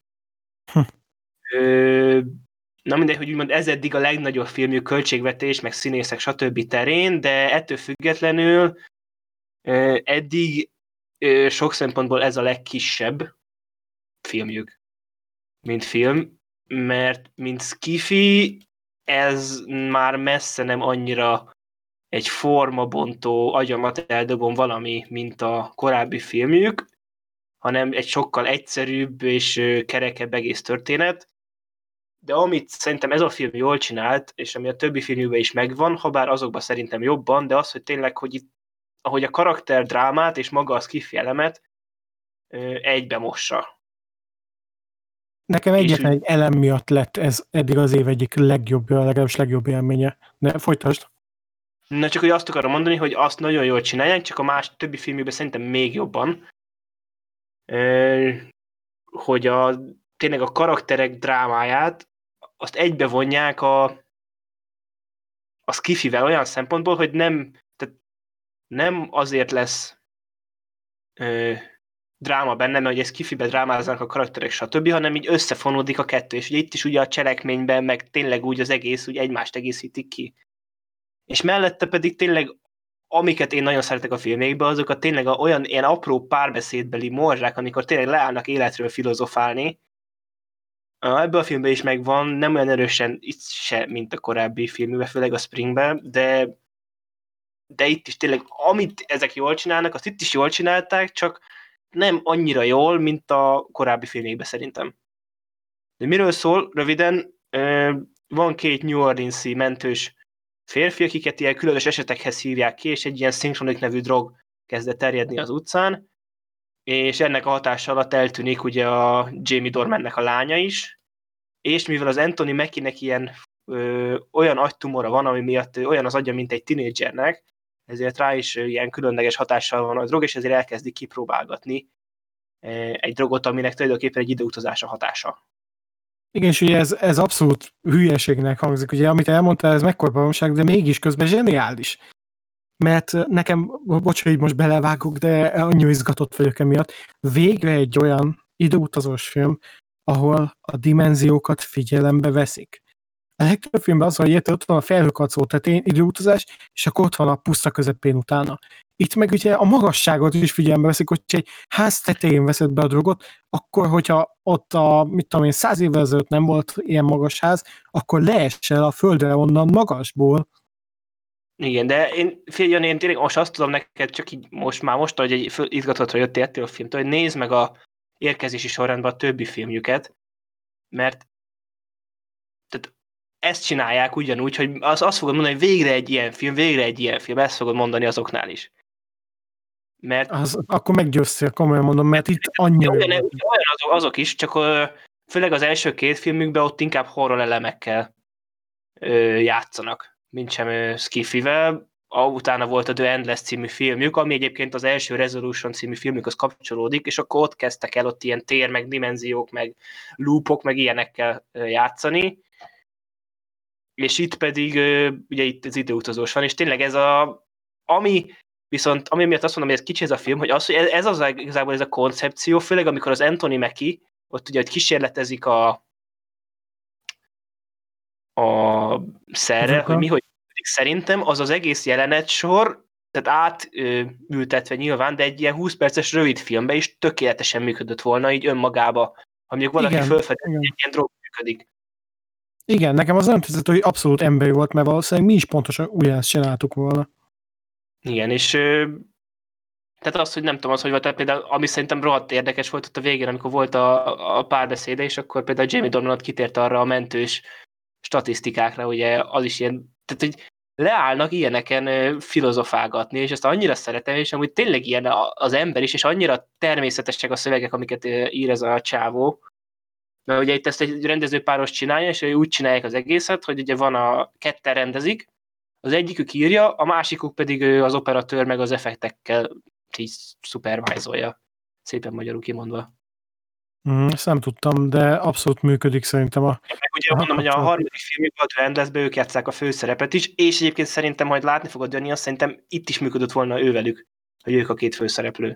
Na mindegy, hogy úgymond ez eddig a legnagyobb filmjük, költségvetés, meg színészek, stb. Terén, de ettől függetlenül eddig sok szempontból ez a legkisebb filmjük, mint film, mert mint skifi, ez már messze nem annyira egy formabontó, agyamat eldobom valami, mint a korábbi filmjük, hanem egy sokkal egyszerűbb és kerekebb egész történet. De amit szerintem ez a film jól csinált, és ami a többi filmjükben is megvan, habár azokban szerintem jobban, de az, hogy tényleg, hogy itt, ahogy a karakterdrámát és maga a skifi elemet egybe mossa. Nekem egyetlen egy elem miatt lett ez eddig az év egyik legjobb, legalábbis legjobb élménye. De folytasd. Na csak, hogy azt akarom mondani, hogy azt nagyon jól csinálják, csak a többi filmjükben szerintem még jobban. Hogy tényleg a karakterek drámáját azt egybevonják a skifivel olyan szempontból, hogy nem azért lesz dráma benne, mert ugye skifibe drámáznak a karakterek, stb., hanem így összefonódik a kettő, és ugye itt is ugye a cselekményben, meg tényleg úgy az egész, úgy egymást egészítik ki. És mellette pedig tényleg, amiket én nagyon szeretek a filmekben, azokat tényleg olyan ilyen apró párbeszédbeli morzsák, amikor tényleg leállnak életről filozofálni. Ebből a filmben is megvan, nem olyan erősen itt se, mint a korábbi filmben, főleg a Springben, de itt is tényleg, amit ezek jól csinálnak, azt itt is jól csinálták, csak nem annyira jól, mint a korábbi filmekben szerintem. De miről szól? Röviden, van 2 New Orleans-i mentős férfi, akiket ilyen különös esetekhez hívják ki, és egy ilyen Synchronic nevű drog kezdett terjedni az utcán, és ennek a hatása alatt eltűnik ugye a Jamie Dornannek a lánya is, és mivel az Anthony Mackie-nek ilyen olyan agytumora van, ami miatt olyan az agya, mint egy tinédzsernek, ezért rá is ilyen különleges hatással van a drog, és ezért elkezdi kipróbálgatni egy drogot, aminek tulajdonképpen egy időutazás a hatása. Igen, és ugye ez abszolút hülyeségnek hangzik, ugye amit elmondtál, ez mekkora baromság, de mégis közben zseniális. Mert nekem, bocs, hogy most belevágok, de annyira izgatott vagyok emiatt, végre egy olyan időutazós film, ahol a dimenziókat figyelembe veszik. A legtöbb filmben az, hogy ott van a felhőkarcoló tetején időutazás, és akkor ott van a puszta közepén utána. Itt meg ugye a magasságot is figyelembe veszik, hogy egy ház tetején veszed be a drogot, akkor, hogyha ott mit tudom én, 100 évvel ezelőtt nem volt ilyen magas ház, akkor leesel a földre onnan magasból. Igen, de én tényleg most azt tudom neked, csak így most, hogy egy izgatottra jöttél ettől a filmtől, hogy nézd meg a érkezési sorrendben a többi filmjüket, mert tehát ezt csinálják ugyanúgy, hogy azt fogod mondani, hogy végre egy ilyen film, ezt fogod mondani azoknál is. Mert akkor meggyőztél, komolyan mondom, mert itt annyira... Olyan azok is, csak főleg az első két filmükben ott inkább horror elemekkel játszanak, mint sem skifivel. Utána volt a The Endless című filmjük, ami egyébként az első Resolution című filmjükhöz kapcsolódik, és akkor ott kezdtek el ott ilyen tér, meg dimenziók, meg loopok, meg ilyenekkel játszani. És itt pedig ugye itt az időutazós van, és tényleg ez ami miatt azt mondom, hogy ez kicsi ez a film, hogy ez az igazából ez a koncepció, főleg amikor az Anthony Mackie ott ugye kísérletezik a szerre, hogy mi hogy szerintem az egész jelenet-sor, tehát átültetve nyilván, de egy ilyen 20 perces rövid filmbe is tökéletesen működött volna így önmagába, ha mondjuk valaki fölfedett, hogy egy ilyen drog működik. Igen, nekem az nem tetszett, hogy abszolút emberi volt, mert valószínűleg mi is pontosan ugyanezt csináltuk volna. Igen, és tehát az, hogy nem tudom, hogy volt, tehát például, ami szerintem rohadt érdekes volt ott a végén, amikor volt a párbeszéde, és akkor például Jamie Dornan kitért arra a mentős statisztikákra, ugye az is ilyen, tehát hogy leállnak ilyeneken filozofálgatni, és ezt annyira szeretem, és amúgy tényleg ilyen az ember is, és annyira természetesek a szövegek, amiket ír ez a csávó, mert ugye itt ezt egy rendezőpáros csinálja, és úgy csinálják az egészet, hogy ugye ketten rendezik, az egyikük írja, a másikuk pedig az operatőr meg az effektekkel így szupervájzolja. Szépen magyarul kimondva. Ezt nem tudtam, de abszolút működik szerintem meg ugye mondom, hogy a harmadik filmjükben a Endlessbe ők játsszák a főszerepet is, és egyébként szerintem majd látni fogod Jani, azt szerintem itt is működött volna ővelük, hogy ők a két főszereplő.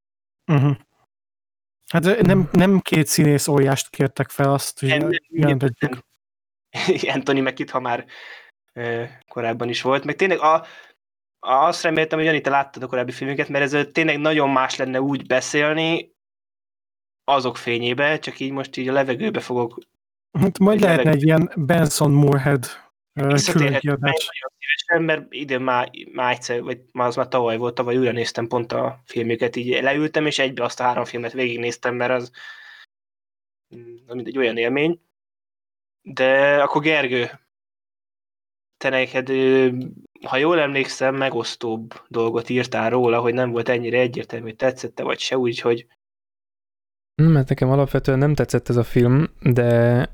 Hát nem két színész óriást kértek fel, azt jelentetjük. Anthony Mackie-t, ha már korábban is volt, meg tényleg azt reméltem, hogy Jani, te láttad a korábbi filmeket, mert ez tényleg nagyon más lenne úgy beszélni azok fényébe, csak így most így a levegőbe fogok. Hát majd lehetne egy ilyen Benson Moorhead különkiadás. Mert idén már egyszer, vagy az már tavaly újra néztem pont a filmüket, így leültem, és egybe azt a 3 filmet végignéztem, mert az mindegy olyan élmény. De akkor Gergő, te neked, ha jól emlékszem, megosztóbb dolgot írtál róla, hogy nem volt ennyire egyértelmű, hogy tetszette, vagy se, úgyhogy... Mert nekem alapvetően nem tetszett ez a film, de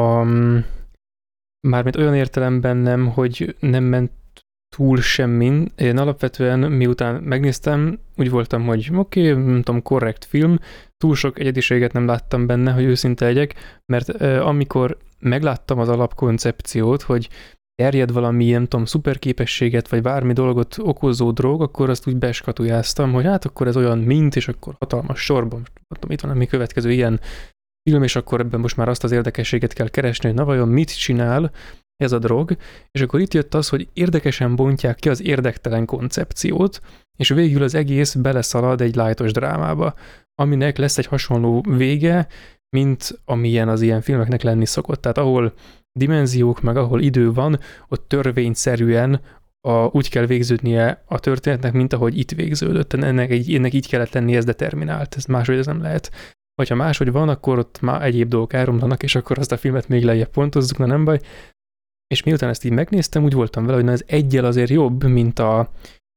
mármint olyan értelemben nem, hogy nem ment túl semmin. Én alapvetően miután megnéztem, úgy voltam, hogy oké, nem tudom, korrekt film, túl sok egyediséget nem láttam benne, hogy őszinte legyek, mert amikor megláttam az alapkoncepciót, hogy terjed valami, nem tudom, szuperképességet, vagy bármi dolgot okozó drog, akkor azt úgy beskatujáztam, hogy hát akkor ez olyan mint, és akkor hatalmas sorban, mondtam, itt van a mi következő ilyen film, és akkor ebben most már azt az érdekességet kell keresni, hogy na vajon mit csinál ez a drog, és akkor itt jött az, hogy érdekesen bontják ki az érdektelen koncepciót, és végül az egész beleszalad egy lightos drámába, aminek lesz egy hasonló vége, mint amilyen az ilyen filmeknek lenni szokott. Tehát ahol dimenziók, meg ahol idő van, ott törvényszerűen úgy kell végződnie a történetnek, mint ahogy itt végződött. Ennek így kellett lenni, ez determinált, ez máshogy ez nem lehet. Vagy ha máshogy van, akkor ott már egyéb dolgok elromlanak, és akkor azt a filmet még lejjebb pontozzuk, na nem baj. És miután ezt így megnéztem, úgy voltam vele, hogy na ez eggyel azért jobb, mint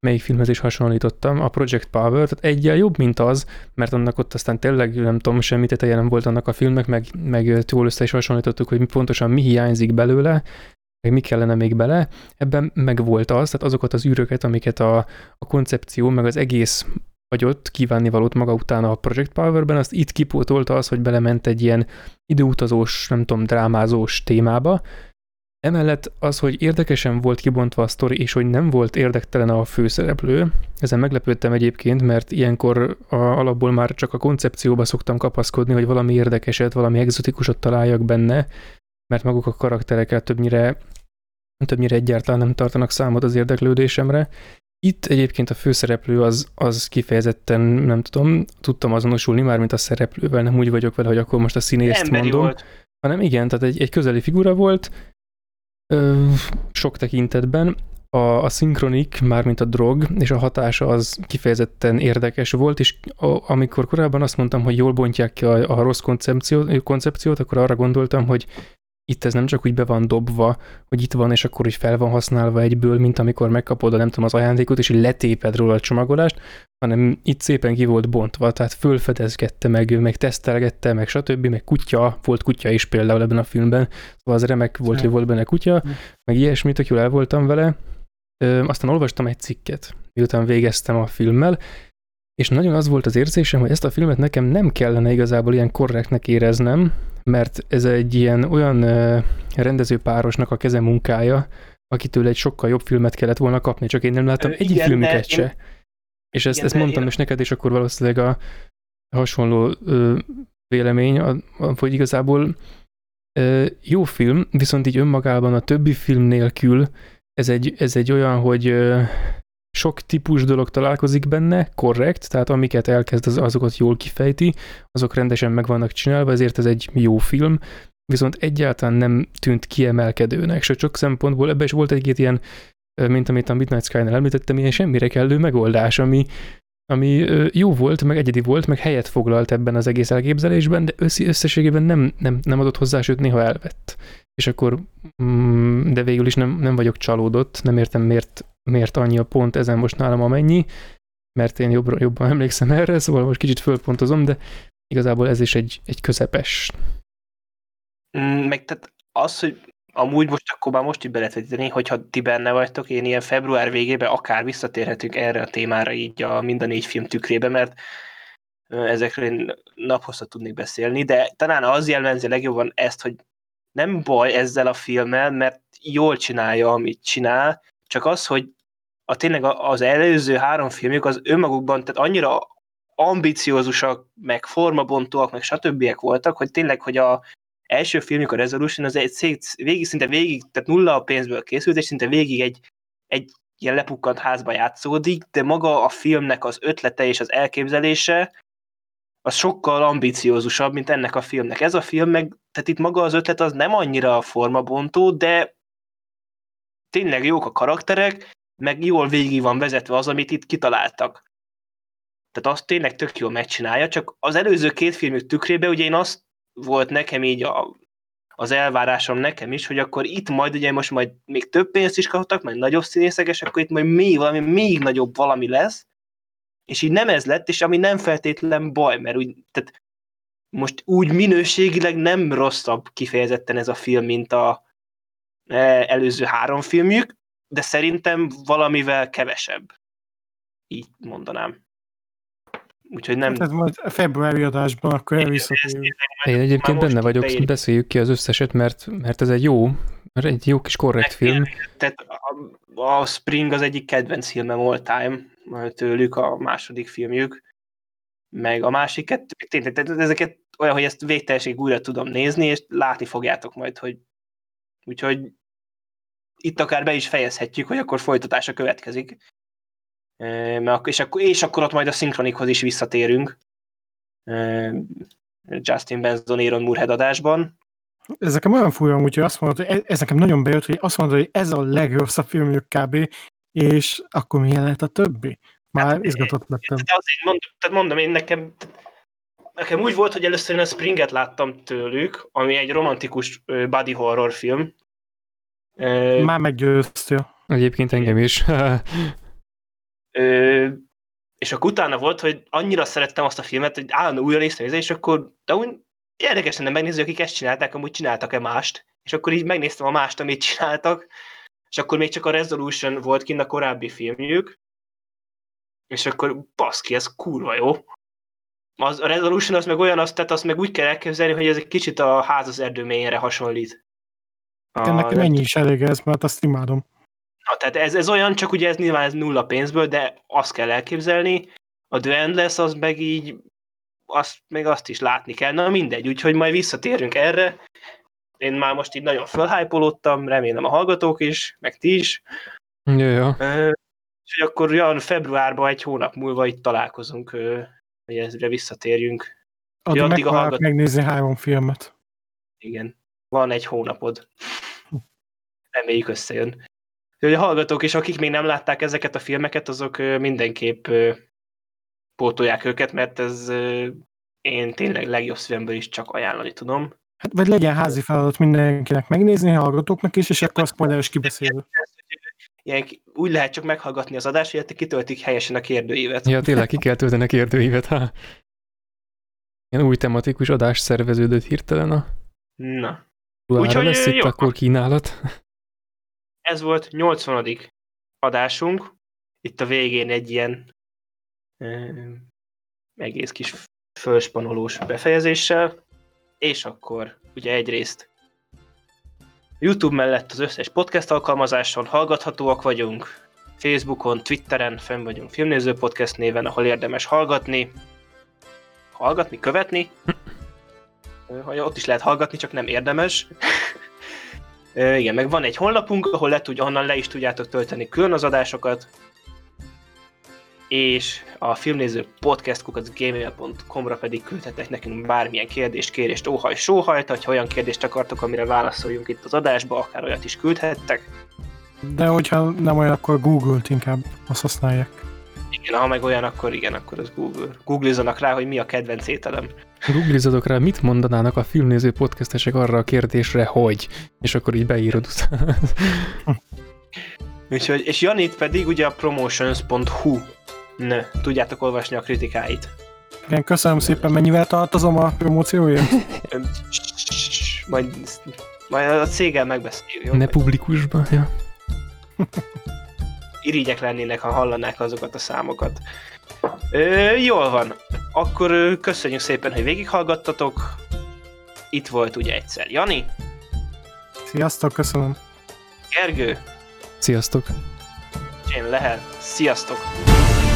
melyik filmhez is hasonlítottam, a Project Power, tehát egyel jobb, mint az, mert annak ott aztán tényleg nem tudom, semmi teteje nem volt annak a filmnek, meg túl össze is hasonlítottuk, hogy pontosan mi hiányzik belőle, meg mi kellene még bele, ebben meg volt az, tehát azokat az űröket, amiket a koncepció, meg az egész hagyott kívánnivalót maga után a Project Powerben, azt itt kipótolta az, hogy belement egy ilyen időutazós, nem tudom, drámázós témába. Emellett az, hogy érdekesen volt kibontva a sztori, és hogy nem volt érdektelen a főszereplő, ezen meglepődtem egyébként, mert ilyenkor alapból már csak a koncepcióba szoktam kapaszkodni, hogy valami érdekeset, valami egzotikusat találjak benne, mert maguk a karaktereket többnyire egyáltalán nem tartanak számot az érdeklődésemre. Itt egyébként a főszereplő az kifejezetten, nem tudom, tudtam azonosulni már, mint a szereplővel, nem úgy vagyok vele, hogy akkor most a színészt Emberi mondom, volt. hanem igen, tehát egy közeli figura volt, sok tekintetben. A szinkronik, mármint a drog, és a hatása az kifejezetten érdekes volt, és amikor korábban azt mondtam, hogy jól bontják ki a rossz koncepciót, akkor arra gondoltam, hogy itt ez nem csak úgy be van dobva, hogy itt van, és akkor úgy fel van használva egyből, mint amikor megkapod nem tudom, az ajándékot, és így letéped róla a csomagolást, hanem itt szépen ki volt bontva, tehát fölfedezgette, meg tesztelgette, meg stb., meg volt kutya is például ebben a filmben, szóval az remek volt, hogy volt benne kutya, meg ilyesmit, hogy jól el voltam vele. Aztán olvastam egy cikket, miután végeztem a filmmel, és nagyon az volt az érzésem, hogy ezt a filmet nekem nem kellene igazából ilyen korrektnek éreznem, mert ez egy ilyen olyan rendezőpárosnak a kezemunkája, akitől egy sokkal jobb filmet kellett volna kapni, csak én nem láttam egyik filmüket se. És ezt mondtam is neked, és akkor valószínűleg a hasonló vélemény, hogy igazából jó film, viszont így önmagában a többi film nélkül ez egy olyan, hogy sok típus dolog találkozik benne, korrekt, tehát amiket elkezd, azokat jól kifejti, azok rendesen meg vannak csinálva, ezért ez egy jó film, viszont egyáltalán nem tűnt kiemelkedőnek, sőt sok szempontból ebben is volt egy-két ilyen, mint amit a Midnight Sky-nál említettem, ilyen semmire kellő megoldás, ami jó volt, meg egyedi volt, meg helyet foglalt ebben az egész elképzelésben, de összességében nem adott hozzá, sőt néha elvett. És akkor, de végül is nem vagyok csalódott, nem értem miért annyi a pont ezen most nálam amennyi, mert én jobban emlékszem erre, szóval most kicsit fölpontozom, de igazából ez is egy közepes. Meg tehát az, hogy amúgy most így be lehet vetíteni, hogyha ti benne vagytok, én ilyen február végében akár visszatérhetünk erre a témára így mind a 4 film tükrébe, mert ezekről én naphosszat tudnék beszélni, de talán az jellemzi legjobban ezt, hogy nem baj ezzel a filmmel, mert jól csinálja, amit csinál, csak az, hogy tényleg az előző 3 filmjük az önmagukban, tehát annyira ambiciózusak, meg formabontóak, meg stb. Voltak, hogy tényleg, hogy a első filmjük, a Resolution, az szinte végig, tehát nulla a pénzből készült, és szinte végig egy ilyen lepukkant házba játszódik, de maga a filmnek az ötlete és az elképzelése az sokkal ambiciózusabb, mint ennek a filmnek. Ez a film meg, tehát itt maga az ötlet az nem annyira formabontó, de tényleg jók a karakterek, meg jól végig van vezetve az, amit itt kitaláltak. Tehát azt tényleg tök jól megcsinálja, csak az előző 2 filmük tükrében ugye én azt volt nekem így az elvárásom nekem is, hogy akkor itt ugye most még több pénzt is kaptak, majd nagyobb színészek, és akkor itt majd még nagyobb valami lesz, és így nem ez lett, és ami nem feltétlen baj, mert tehát most úgy minőségileg nem rosszabb kifejezetten ez a film, mint a előző 3 filmjük, de szerintem valamivel kevesebb. Így mondanám. Úgyhogy nem... Tehát majd a februári adásban akkor elviszatérünk. Én egyébként benne vagyok, beszéljük ki az összeset, mert ez egy jó kis korrekt film. Tehát a Spring az egyik kedvenc filmem all time tőlük, a második filmjük, meg a másik kettő, tényleg, tehát ezeket olyan, hogy ezt végtelenség újra tudom nézni, és látni fogjátok majd, hogy úgyhogy itt akár be is fejezhetjük, hogy akkor folytatása következik. És akkor ott majd a szinkronikhoz is visszatérünk. Justin Benson, Aaron Moorhead adásban. Ez nekem olyan fura, úgyhogy azt mondod, hogy ez nekem nagyon bejött, hogy azt mondod, hogy ez a legrosszabb filmjük kb. És akkor milyen lehet a többi? Már izgatott lettem. Tehát mondom, én nekem úgy volt, hogy először én a Springet láttam tőlük, ami egy romantikus body horror film. Már meggyőztél. Egyébként engem is. És akkor utána volt, hogy annyira szerettem azt a filmet, hogy állandó újra néztem, és akkor de úgy érdekes lenne megnézni, akik ezt csinálták, amúgy csináltak-e mást. És akkor így megnéztem a mást, amit csináltak, és akkor még csak a Resolution volt kint a korábbi filmjük, és akkor baszki, ez kurva jó. A Resolution az meg olyan, azt meg úgy kell elképzelni, hogy ez egy kicsit a Ház az erdő mélyére hasonlít. Nekem ennyi is elég ez, mert azt imádom. Na, tehát ez olyan, csak ugye ez nyilván ez nulla pénzből, de azt kell elképzelni. A The Endless az meg így, azt is látni kell. Na mindegy, úgyhogy majd visszatérünk erre. Én már most így nagyon fölhypolódtam, remélem a hallgatók is, meg ti is. Ja. Úgyhogy akkor olyan februárban, egy hónap múlva itt találkozunk, hogy ezre visszatérjünk. Addig megpróbálok megnézni 3 filmet. Igen, van egy hónapod. Reméljük összejön. Úgyhogy a hallgatók is, akik még nem látták ezeket a filmeket, azok mindenképp pótolják őket, mert ez én tényleg legjobb szívemből is csak ajánlani tudom. Hát, vagy legyen házi feladat mindenkinek megnézni, hallgatóknak is, és akkor spoileres kibeszélő. Ilyen, úgy lehet csak meghallgatni az adást, hogy kitöltik helyesen a kérdőívet. Ja, tényleg ki kell tölteni a kérdőívet, ha. Ilyen új tematikus adás szerveződött hirtelen. Na. Úgyhogy lesz itt akkor kínálat. Ez volt 80. adásunk. Itt a végén egy ilyen egész kis fölspanolós befejezéssel. És akkor ugye egyrészt YouTube mellett az összes podcast alkalmazáson hallgathatóak vagyunk. Facebookon, Twitteren fenn vagyunk Filmnéző Podcast néven, ahol érdemes hallgatni, követni. Ott is lehet hallgatni, csak nem érdemes. Igen, meg van egy honlapunk, ahol onnan le is tudjátok tölteni külön az adásokat. És a Filmnéző podcast@gmail.com-ra pedig küldhetek nekünk bármilyen kérdést, kérést, óhaj, sóhajt, ha olyan kérdést akartok, amire válaszoljunk itt az adásba, akár olyat is küldhettek. De hogyha nem olyan, akkor Google-t inkább azt használják. Igen, ha meg olyan, akkor igen, akkor az Google. Googlizzanak rá, hogy mi a kedvenc ételem. Googlizzatok rá, mit mondanának a filmnéző podcastesek arra a kérdésre, hogy, és akkor így beírod utána. Úgyhogy, és Janit pedig ugye a promotions.hu tudjátok olvasni a kritikáit. Igen, köszönöm szépen, mennyivel tartozom a promócióért? Majd a céggel megbeszéljük, jó? Ne publikusba, ja. Irigyek lennének, ha hallanák azokat a számokat. Jól van. Akkor köszönjük szépen, hogy végighallgattatok. Itt volt ugye egyszer Jani. Sziasztok, köszönöm. Gergő. Sziasztok. És én Lehel. Sziasztok.